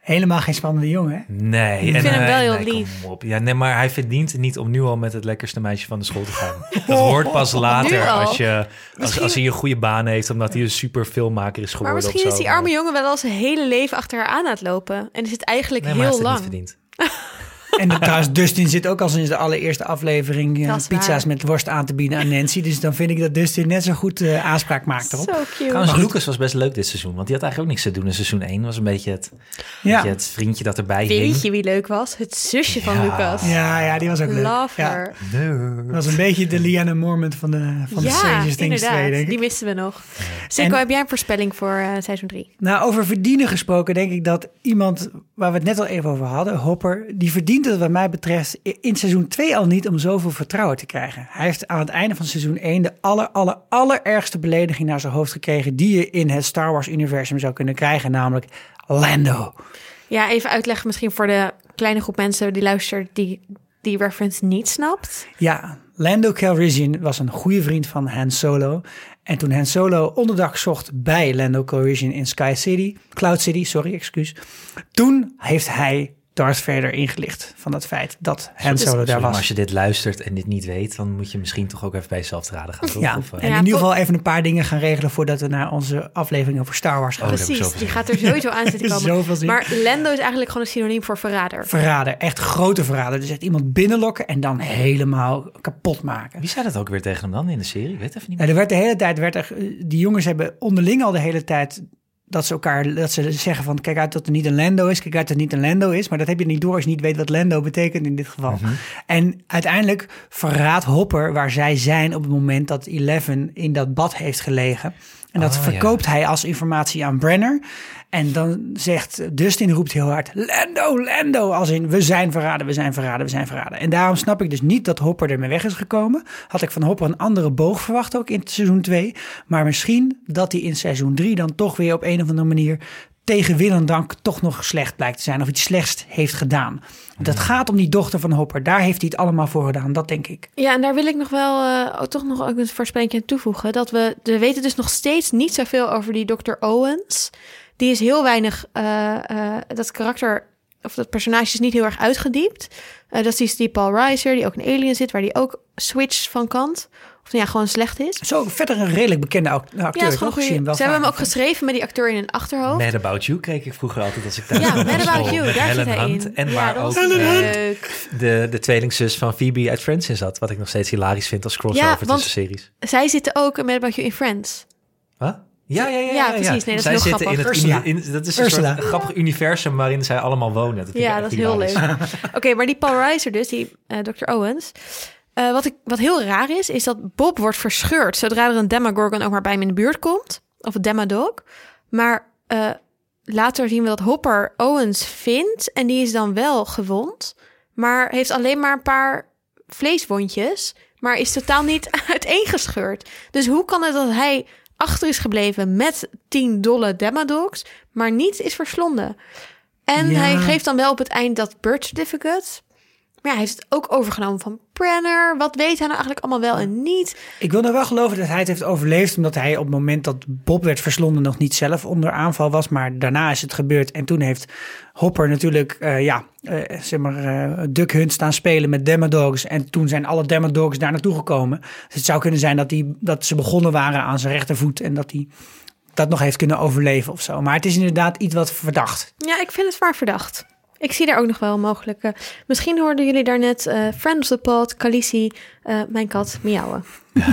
Helemaal geen spannende jongen, hè? Nee. Ik en, vind hem uh, wel heel nee, kom lief. op. Ja, nee, maar hij verdient het niet om nu al met het lekkerste meisje van de school te gaan. Dat hoort pas later al? als, je, als, Misschien- als hij een goede baan heeft, omdat hij een super filmmaker is geworden. Maar misschien of is zo. die arme jongen wel al zijn hele leven achter haar aan aan het lopen. En is het eigenlijk Nee, maar hij heel heeft het lang. niet verdiend. En de, trouwens, Dustin zit ook al sinds de allereerste aflevering uh, Dat is pizza's waar. met worst aan te bieden aan Nancy. Dus dan vind ik dat Dustin net zo goed uh, aanspraak maakt erop. Zo cute. Trouwens, Lucas was best leuk dit seizoen, want die had eigenlijk ook niks te doen in seizoen één. Was een beetje het, Ja. beetje het vriendje dat erbij Weet hing. je wie leuk was? Het zusje van Ja. Lucas. Ja, ja, die was ook leuk. Love Ja. her. Dat was een beetje de Lyanna Mormont van de, van de Ja, Stranger Things inderdaad. twee, denk ik. Die misten we nog. Sikko, En- heb jij een voorspelling voor uh, seizoen drie? Nou, over verdienen gesproken, denk ik dat iemand waar we het net al even over hadden, Hopper, die verdient het wat mij betreft in seizoen twee al niet om zoveel vertrouwen te krijgen. Hij heeft aan het einde van seizoen één de aller, aller, allerergste belediging naar zijn hoofd gekregen die je in het Star Wars-universum zou kunnen krijgen, namelijk Lando. Ja, even uitleggen misschien voor de kleine groep mensen die luistert die die reference niet snapt. Ja, Lando Calrissian was een goede vriend van Han Solo. En toen Han Solo onderdak zocht bij Lando Calrissian in Sky City, Cloud City, sorry, excuus. Toen heeft hij Darth Vader ingelicht van het feit dat Han Solo Sorry, daar maar was. als je dit luistert en dit niet weet, dan moet je misschien toch ook even bij jezelf te raden gaan. Toch? Ja, Of, uh, en Ja, in ieder voor- geval even een paar dingen gaan regelen voordat we naar onze aflevering over Star Wars gaan. Oh, daar heb ik Precies, zoveel die zin gaat er sowieso aan zitten komen. Zoveel zin. Maar Lando is eigenlijk gewoon een synoniem voor verrader. Verrader, echt grote verrader. Dus echt iemand binnenlokken en dan helemaal kapot maken. Wie zei dat ook weer tegen hem dan in de serie? Ik weet even niet Nou, meer. er werd de hele tijd, werd er, die jongens hebben onderling al de hele tijd dat ze elkaar, dat ze zeggen van kijk uit dat er niet een Lando is, kijk uit dat het niet een Lando is. Maar dat heb je niet door als je niet weet wat Lando betekent in dit geval. Mhm. En uiteindelijk verraadt Hopper waar zij zijn op het moment dat Eleven in dat bad heeft gelegen. En dat Oh, verkoopt hij als informatie aan Brenner. En dan zegt Dustin, roept heel hard, Lando, Lando, als in we zijn verraden, we zijn verraden, we zijn verraden. En daarom snap ik dus niet dat Hopper ermee weg is gekomen. Had ik van Hopper een andere boog verwacht ook in seizoen twee. Maar misschien dat hij in seizoen drie dan toch weer op een of andere manier tegen wil en dank toch nog slecht blijkt te zijn. Of iets slechts heeft gedaan. Want het gaat om die dochter van Hopper. Daar heeft hij het allemaal voor gedaan, dat denk ik. Ja, en daar wil ik nog wel uh, ook toch nog ook een voorspelling aan toevoegen. Dat we, we weten dus nog steeds niet zoveel over die dokter Owens. Die is heel weinig, uh, uh, dat karakter, of dat personage is niet heel erg uitgediept. Uh, dat is die Paul Reiser, die ook in Alien zit, waar die ook switch van kant. Of ja, gewoon slecht is. Zo verder een redelijk bekende act- acteur. Ja, het is gewoon toch? Ik zie hem goeie. wel Ze hebben hem ook vaker. geschreven met die acteur in hun achterhoofd. Mad About You kreeg ik vroeger altijd als ik thuis Ja, kwam van Mad About school. You, Met daar zit Helen hij Hunt. in. En Ja, waar dat ook was uh, leuk. de, de tweelingzus van Phoebe uit Friends in zat. Wat ik nog steeds hilarisch vind als crossover Ja, want- tussen series. Zij zitten ook in Mad About You in Friends. Huh? Ja, ja, ja, ja, Ja, precies. Nee, dat is zij heel zitten grappig. in het Ursula. uni- in, dat is een Ursula. soort grappig universum waarin zij allemaal wonen. Dat vind ik Ja, echt dat is heel leuk. hilarisch. Oké, maar die Paul Reiser dus, die uh, dokter Owens. Uh, wat, ik, wat heel raar is, is dat Bob wordt verscheurd zodra er een Demogorgon ook maar bij hem in de buurt komt. Of een Demodog. Maar uh, later zien we dat Hopper Owens vindt en die is dan wel gewond. Maar heeft alleen maar een paar vleeswondjes, maar is totaal niet uiteengescheurd. Dus hoe kan het dat hij achter is gebleven met tien dolle Demodogs, maar niet is verslonden? En Ja. hij geeft dan wel op het eind dat birth certificate. Maar ja, hij heeft het ook overgenomen van Brenner. Wat weet hij nou eigenlijk allemaal wel en niet? Ik wil nog wel geloven dat hij het heeft overleefd, omdat hij op het moment dat Bob werd verslonden nog niet zelf onder aanval was, maar daarna is het gebeurd. En toen heeft Hopper natuurlijk, uh, ja, uh, zeg maar, uh, Duck Hunt staan spelen met Demodogs. En toen zijn alle Demodogs daar naartoe gekomen. Dus het zou kunnen zijn dat, die, dat ze begonnen waren aan zijn rechtervoet en dat hij dat nog heeft kunnen overleven of zo. Maar het is inderdaad iets wat verdacht. Ja, ik vind het zwaar verdacht. Ik zie daar ook nog wel mogelijke. Misschien hoorden jullie daarnet uh, Friend of the Pod, Khaleesi, uh, mijn kat, miauwen.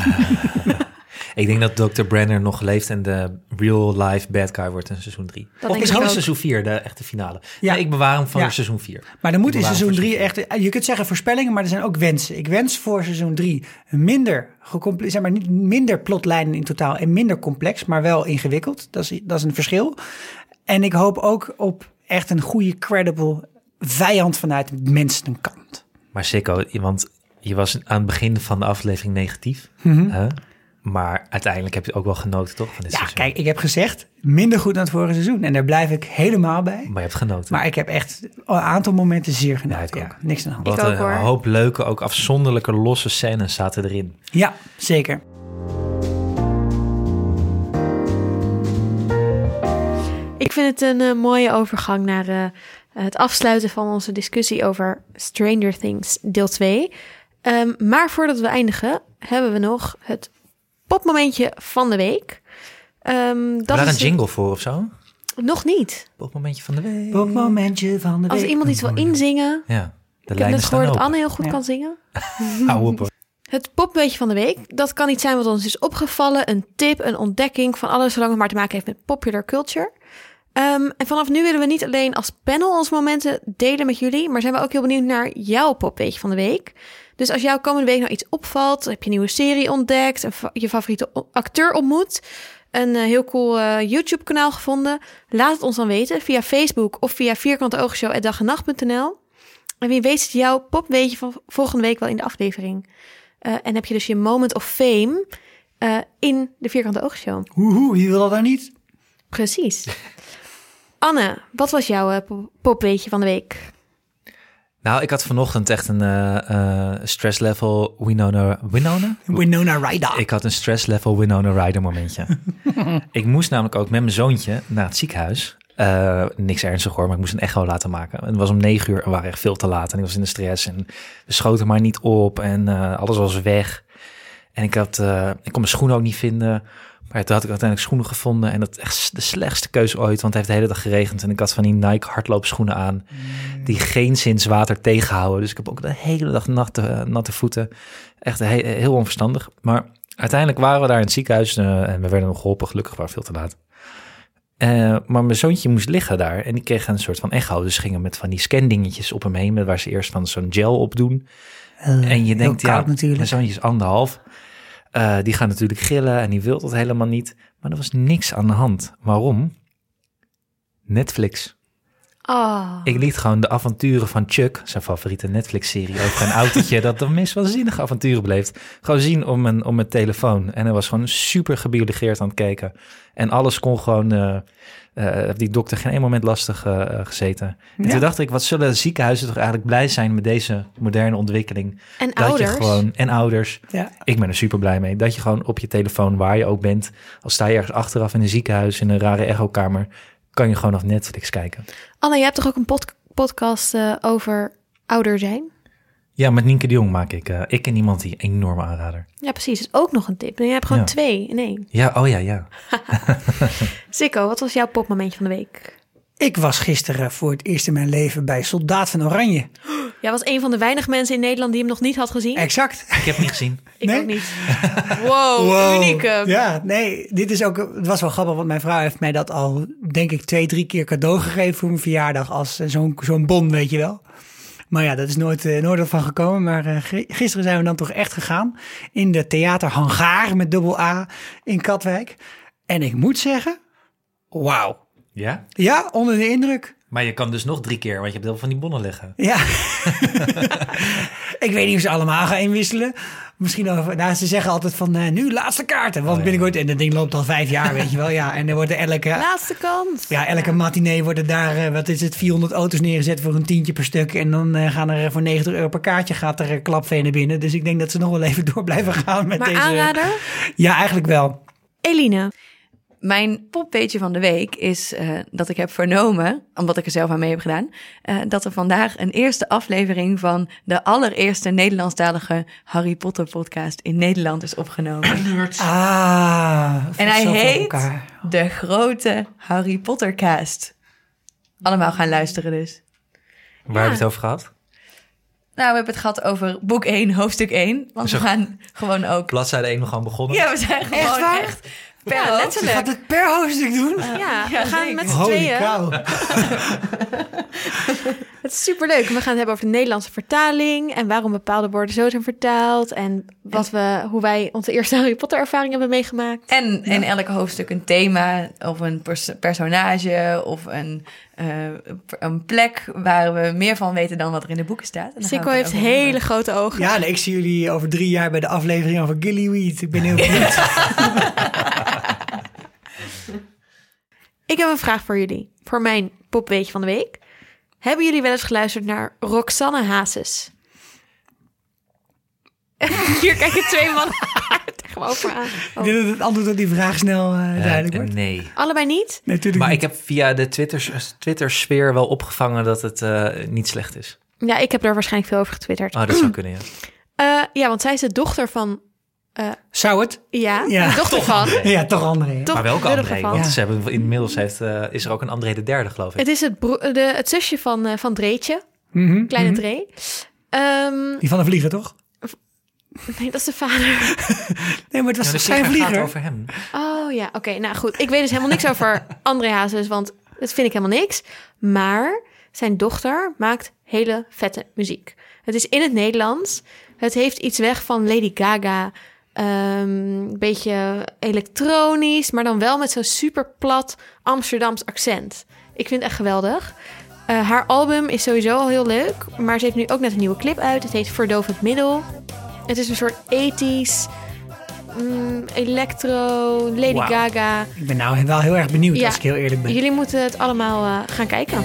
Ik denk dat dokter Brenner nog leeft en de real life bad guy wordt in seizoen drie. Dat Of denk misschien ik ook. seizoen vier, de echte finale. Ja. Ja, ik bewaar hem voor Ja. seizoen vier. Maar er moet Ik in bewaar seizoen hem voor drie echt, je kunt zeggen voorspellingen, maar er zijn ook wensen. Ik wens voor seizoen drie minder, gecomple- zeg maar niet minder plotlijnen in totaal en minder complex, maar wel ingewikkeld. Dat is, dat is een verschil. En ik hoop ook op echt een goede, credible vijand vanuit de mensenkant. Maar Sikko, want je was aan het begin van de aflevering negatief. Mhm. Hè? Maar uiteindelijk heb je ook wel genoten, toch? Van dit Ja, seizoen. kijk, ik heb gezegd minder goed dan het vorige seizoen. En daar blijf ik helemaal bij. Maar je hebt genoten. Maar ik heb echt een aantal momenten zeer genoten. Ja, ook. ja. Niks aan de hand. Wat Ik ook, een hoor. hoop leuke, ook afzonderlijke losse scènes zaten erin. Ja, zeker. Ik vind het een uh, mooie overgang naar uh, het afsluiten van onze discussie over Stranger Things deel twee. Um, maar voordat we eindigen, hebben we nog het popmomentje van de week. Um, dat Daar is een jingle voor of zo? Nog niet. Popmomentje van de week. Popmomentje van de week. Als iemand iets wil inzingen. Ja, de Ik heb net gehoord dat Anne heel goed Ja. kan zingen. Hou op hoor. Het popweetje van de week, dat kan iets zijn wat ons is opgevallen. Een tip, een ontdekking van alles zolang het maar te maken heeft met popular culture. Um, en vanaf nu willen we niet alleen als panel onze momenten delen met jullie, maar zijn we ook heel benieuwd naar jouw popweetje van de week. Dus als jou komende week nou iets opvalt, heb je een nieuwe serie ontdekt, een fa- je favoriete o- acteur ontmoet, een uh, heel cool uh, YouTube kanaal gevonden, laat het ons dan weten via Facebook of via vierkanteoogshow apenstaartje dag en nacht punt n l. En wie weet is jouw popweetje van volgende week wel in de aflevering. Uh, en heb je dus je moment of fame uh, in de Vierkante Oogshow. Woehoe, wie wil dat nou niet? Precies. Anne, wat was jouw uh, pop- popweetje van de week? Nou, ik had vanochtend echt een uh, uh, stress level Winona... Winona? Winona Ryder. Ik had een stress level Winona Ryder momentje. Ik moest namelijk ook met mijn zoontje naar het ziekenhuis. Uh, niks ernstig hoor, maar ik moest een echo laten maken. En het was om negen uur en we waren echt veel te laat. En ik was in de stress en we schoten maar niet op en uh, alles was weg. En ik, had, uh, ik kon mijn schoenen ook niet vinden. Maar toen had ik uiteindelijk schoenen gevonden. En dat is echt de slechtste keuze ooit, want het heeft de hele dag geregend. En ik had van die Nike hardloopschoenen aan, die geen zins water tegenhouden. Dus ik heb ook de hele dag natte, natte voeten. Echt he- heel onverstandig. Maar uiteindelijk waren we daar in het ziekenhuis uh, en we werden nog geholpen. Gelukkig waren we veel te laat. Uh, maar mijn zoontje moest liggen daar en die kreeg een soort van echo. Dus gingen met van die scandingetjes op hem heen, met waar ze eerst van zo'n gel op doen. Uh, en je denkt, koud, ja, natuurlijk. mijn zoontje is anderhalf. Uh, die gaat natuurlijk gillen en die wil dat helemaal niet. Maar er was niks aan de hand. Waarom? Netflix. Oh. Ik liet gewoon de avonturen van Chuck, zijn favoriete Netflix-serie, over een autootje dat de meest waanzinnige avonturen beleeft, gewoon zien op mijn, op mijn telefoon. En hij was gewoon super gebiologeerd aan het kijken. En alles kon gewoon, uh, uh, die dokter geen één moment lastig uh, gezeten. En Ja. toen dacht ik, wat zullen ziekenhuizen toch eigenlijk blij zijn met deze moderne ontwikkeling. En Dat ouders. je gewoon, en ouders. Ja. Ik ben er super blij mee. Dat je gewoon op je telefoon, waar je ook bent, al sta je ergens achteraf in een ziekenhuis, in een rare echokamer, kan je gewoon op Netflix kijken. Anne, je hebt toch ook een pod- podcast uh, over ouder zijn? Ja, met Nienke de Jong maak ik. Uh, ik en iemand die enorme aanrader. Ja, precies. Dat is ook nog een tip. En je hebt gewoon Ja. twee in één. Ja, oh ja, ja. Sikko, wat was jouw popmomentje van de week? Ik was gisteren voor het eerst in mijn leven bij Soldaat van Oranje. Jij was een van de weinige mensen in Nederland die hem nog niet had gezien. Exact. Ik heb hem niet gezien. Ik Nee? ook niet. Wow, unieke. Ja, nee, dit is ook, het was wel grappig, want mijn vrouw heeft mij dat al, denk ik, twee, drie keer cadeau gegeven voor mijn verjaardag als uh, zo'n zo'n bon, weet je wel. Maar ja, dat is nooit, uh, nooit van gekomen. Maar uh, gisteren zijn we dan toch echt gegaan in de Theater Hangaar met dubbel A in Katwijk. En ik moet zeggen, wauw. Ja? Ja, onder de indruk. Maar je kan dus nog drie keer, want je hebt heel veel van die bonnen liggen. Ja. Ik weet niet of ze allemaal gaan inwisselen. Misschien over, nou, ze zeggen altijd van uh, nu laatste kaarten. Want Oh, ja. binnenkort, en dat ding loopt al vijf jaar, weet je wel. Ja, en er wordt er elke, Laatste kans. ja, elke matinee worden daar, uh, wat is het, vierhonderd auto's neergezet voor een tientje per stuk. En dan uh, gaan er voor negentig euro per kaartje gaat er uh, klapvee naar binnen. Dus ik denk dat ze nog wel even door blijven gaan met Maar deze. aanrader? Ja, eigenlijk wel. Eline. Mijn popweetje van de week is uh, dat ik heb vernomen, omdat ik er zelf aan mee heb gedaan, uh, dat er vandaag een eerste aflevering van de allereerste Nederlandstalige Harry Potter podcast in Nederland is opgenomen. Ah. En hij zo voor heet elkaar. De Grote Harry Potter Cast. Allemaal gaan luisteren dus. Waar heb je het over gehad? Nou, we hebben het gehad over boek één, hoofdstuk één. Want Zo. we gaan gewoon ook... Bladzijde één nog gewoon begonnen. Ja, we zijn gewoon Echt waar? echt per Ja, hoofdstuk. letterlijk. Gaat het per hoofdstuk doen? Ja, we ja, gaan zeker. met z'n Holy tweeën. cow. Het is superleuk. We gaan het hebben over de Nederlandse vertaling en waarom bepaalde woorden zo zijn vertaald en wat we, hoe wij onze eerste Harry Potter ervaring hebben meegemaakt. En in elk hoofdstuk een thema of een pers- personage of een, uh, een plek waar we meer van weten dan wat er in de boeken staat. En dan gaan Sikko we het heeft erover hele hebben. grote ogen. Ja, nee, ik zie jullie over drie jaar bij de aflevering over Gillyweed. Ik ben heel benieuwd. Ik heb een vraag voor jullie. Voor mijn popweetje van de week. Hebben jullie wel eens geluisterd naar Roxanne Hazes? Hier kijken twee mannen tegen Kom over aan. Ik denk dat het antwoord op die vraag snel uh, duidelijk Uh, wordt. nee. Allebei niet? Nee, natuurlijk Maar niet. ik heb via de Twitter, Twitter-sfeer wel opgevangen dat het uh, niet slecht is. Ja, ik heb er waarschijnlijk veel over getwitterd. Oh, dat zou kunnen, ja. Uh, ja, want zij is de dochter van... Uh, Zou het? ja, Ja. de dochter Toch van... André. Ja, toch André. Toch Maar welke de André? dochter van- Want Ja. ze hebben, inmiddels heeft, uh, is er ook een André de derde, geloof ik. Het is het, bro- de, het zusje van, uh, van Dreetje. Mm-hmm, Kleine mm-hmm. Dree. Um, Die van de vlieger, toch? nee, dat is de vader. Nee, maar het was Ja, toch de zijn vlieger vlieger? gaat over hem. Oh ja, oké. Okay, nou goed. Ik weet dus helemaal niks over André Hazes, want dat vind ik helemaal niks. Maar zijn dochter maakt hele vette muziek. Het is in het Nederlands. Het heeft iets weg van Lady Gaga. Een um, beetje elektronisch, maar dan wel met zo'n super plat Amsterdams accent. Ik vind het echt geweldig. Uh, haar album is sowieso al heel leuk, maar ze heeft nu ook net een nieuwe clip uit. Het heet Verdovend Middel. Het is een soort ethisch, mm, electro, Lady Wow. Gaga. Ik ben nou wel heel erg benieuwd, Ja. als ik heel eerlijk ben. Jullie moeten het allemaal uh, gaan kijken.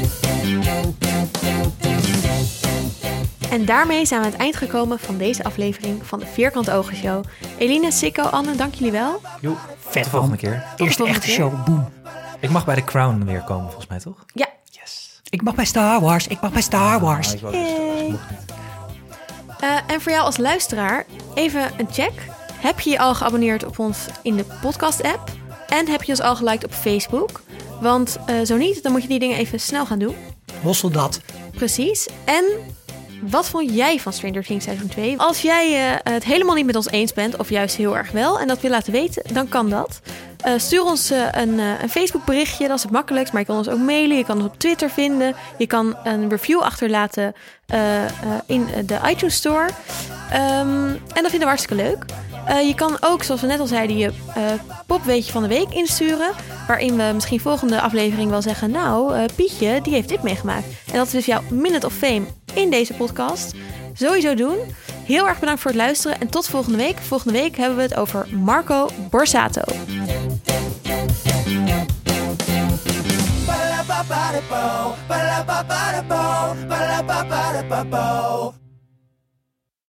En daarmee zijn we aan het eind gekomen van deze aflevering van de Vierkante Ogen Show. Eline, Sikko, Anne, dank jullie wel. Jo, Vet, tot de volgende keer. Eerste volgende echte keer. show, boom. Ik mag bij de Crown weer komen, volgens mij, toch? Ja, Yes. Ik mag bij Star Wars, ik mag bij Star Wars. Ah, ik wou dus- Yay. ik mocht niet. Uh, en voor jou als luisteraar, even een check. Heb je je al geabonneerd op ons in de podcast-app? En heb je ons al geliked op Facebook? Want uh, zo niet, dan moet je die dingen even snel gaan doen. Hossel dat. Precies. En wat vond jij van Stranger Things seizoen twee? Als jij uh, het helemaal niet met ons eens bent, of juist heel erg wel, en dat wil laten weten, dan kan dat. Uh, stuur ons uh, een, uh, een Facebook berichtje, dat is het makkelijkst. Maar je kan ons ook mailen, je kan ons op Twitter vinden. Je kan een review achterlaten uh, uh, in de iTunes Store. Um, en dat vinden we hartstikke leuk. Uh, je kan ook, zoals we net al zeiden, je uh, popweetje van de week insturen. Waarin we misschien volgende aflevering wel zeggen... nou, uh, Pietje, die heeft dit meegemaakt. En dat is dus jouw Minute of Fame in deze podcast. Sowieso doen. Heel erg bedankt voor het luisteren. En tot volgende week. Volgende week hebben we het over Marco Borsato. Ba-da-ba-ba-da-bo, ba-da-ba-ba-da-bo, ba-da-ba-ba-da-bo.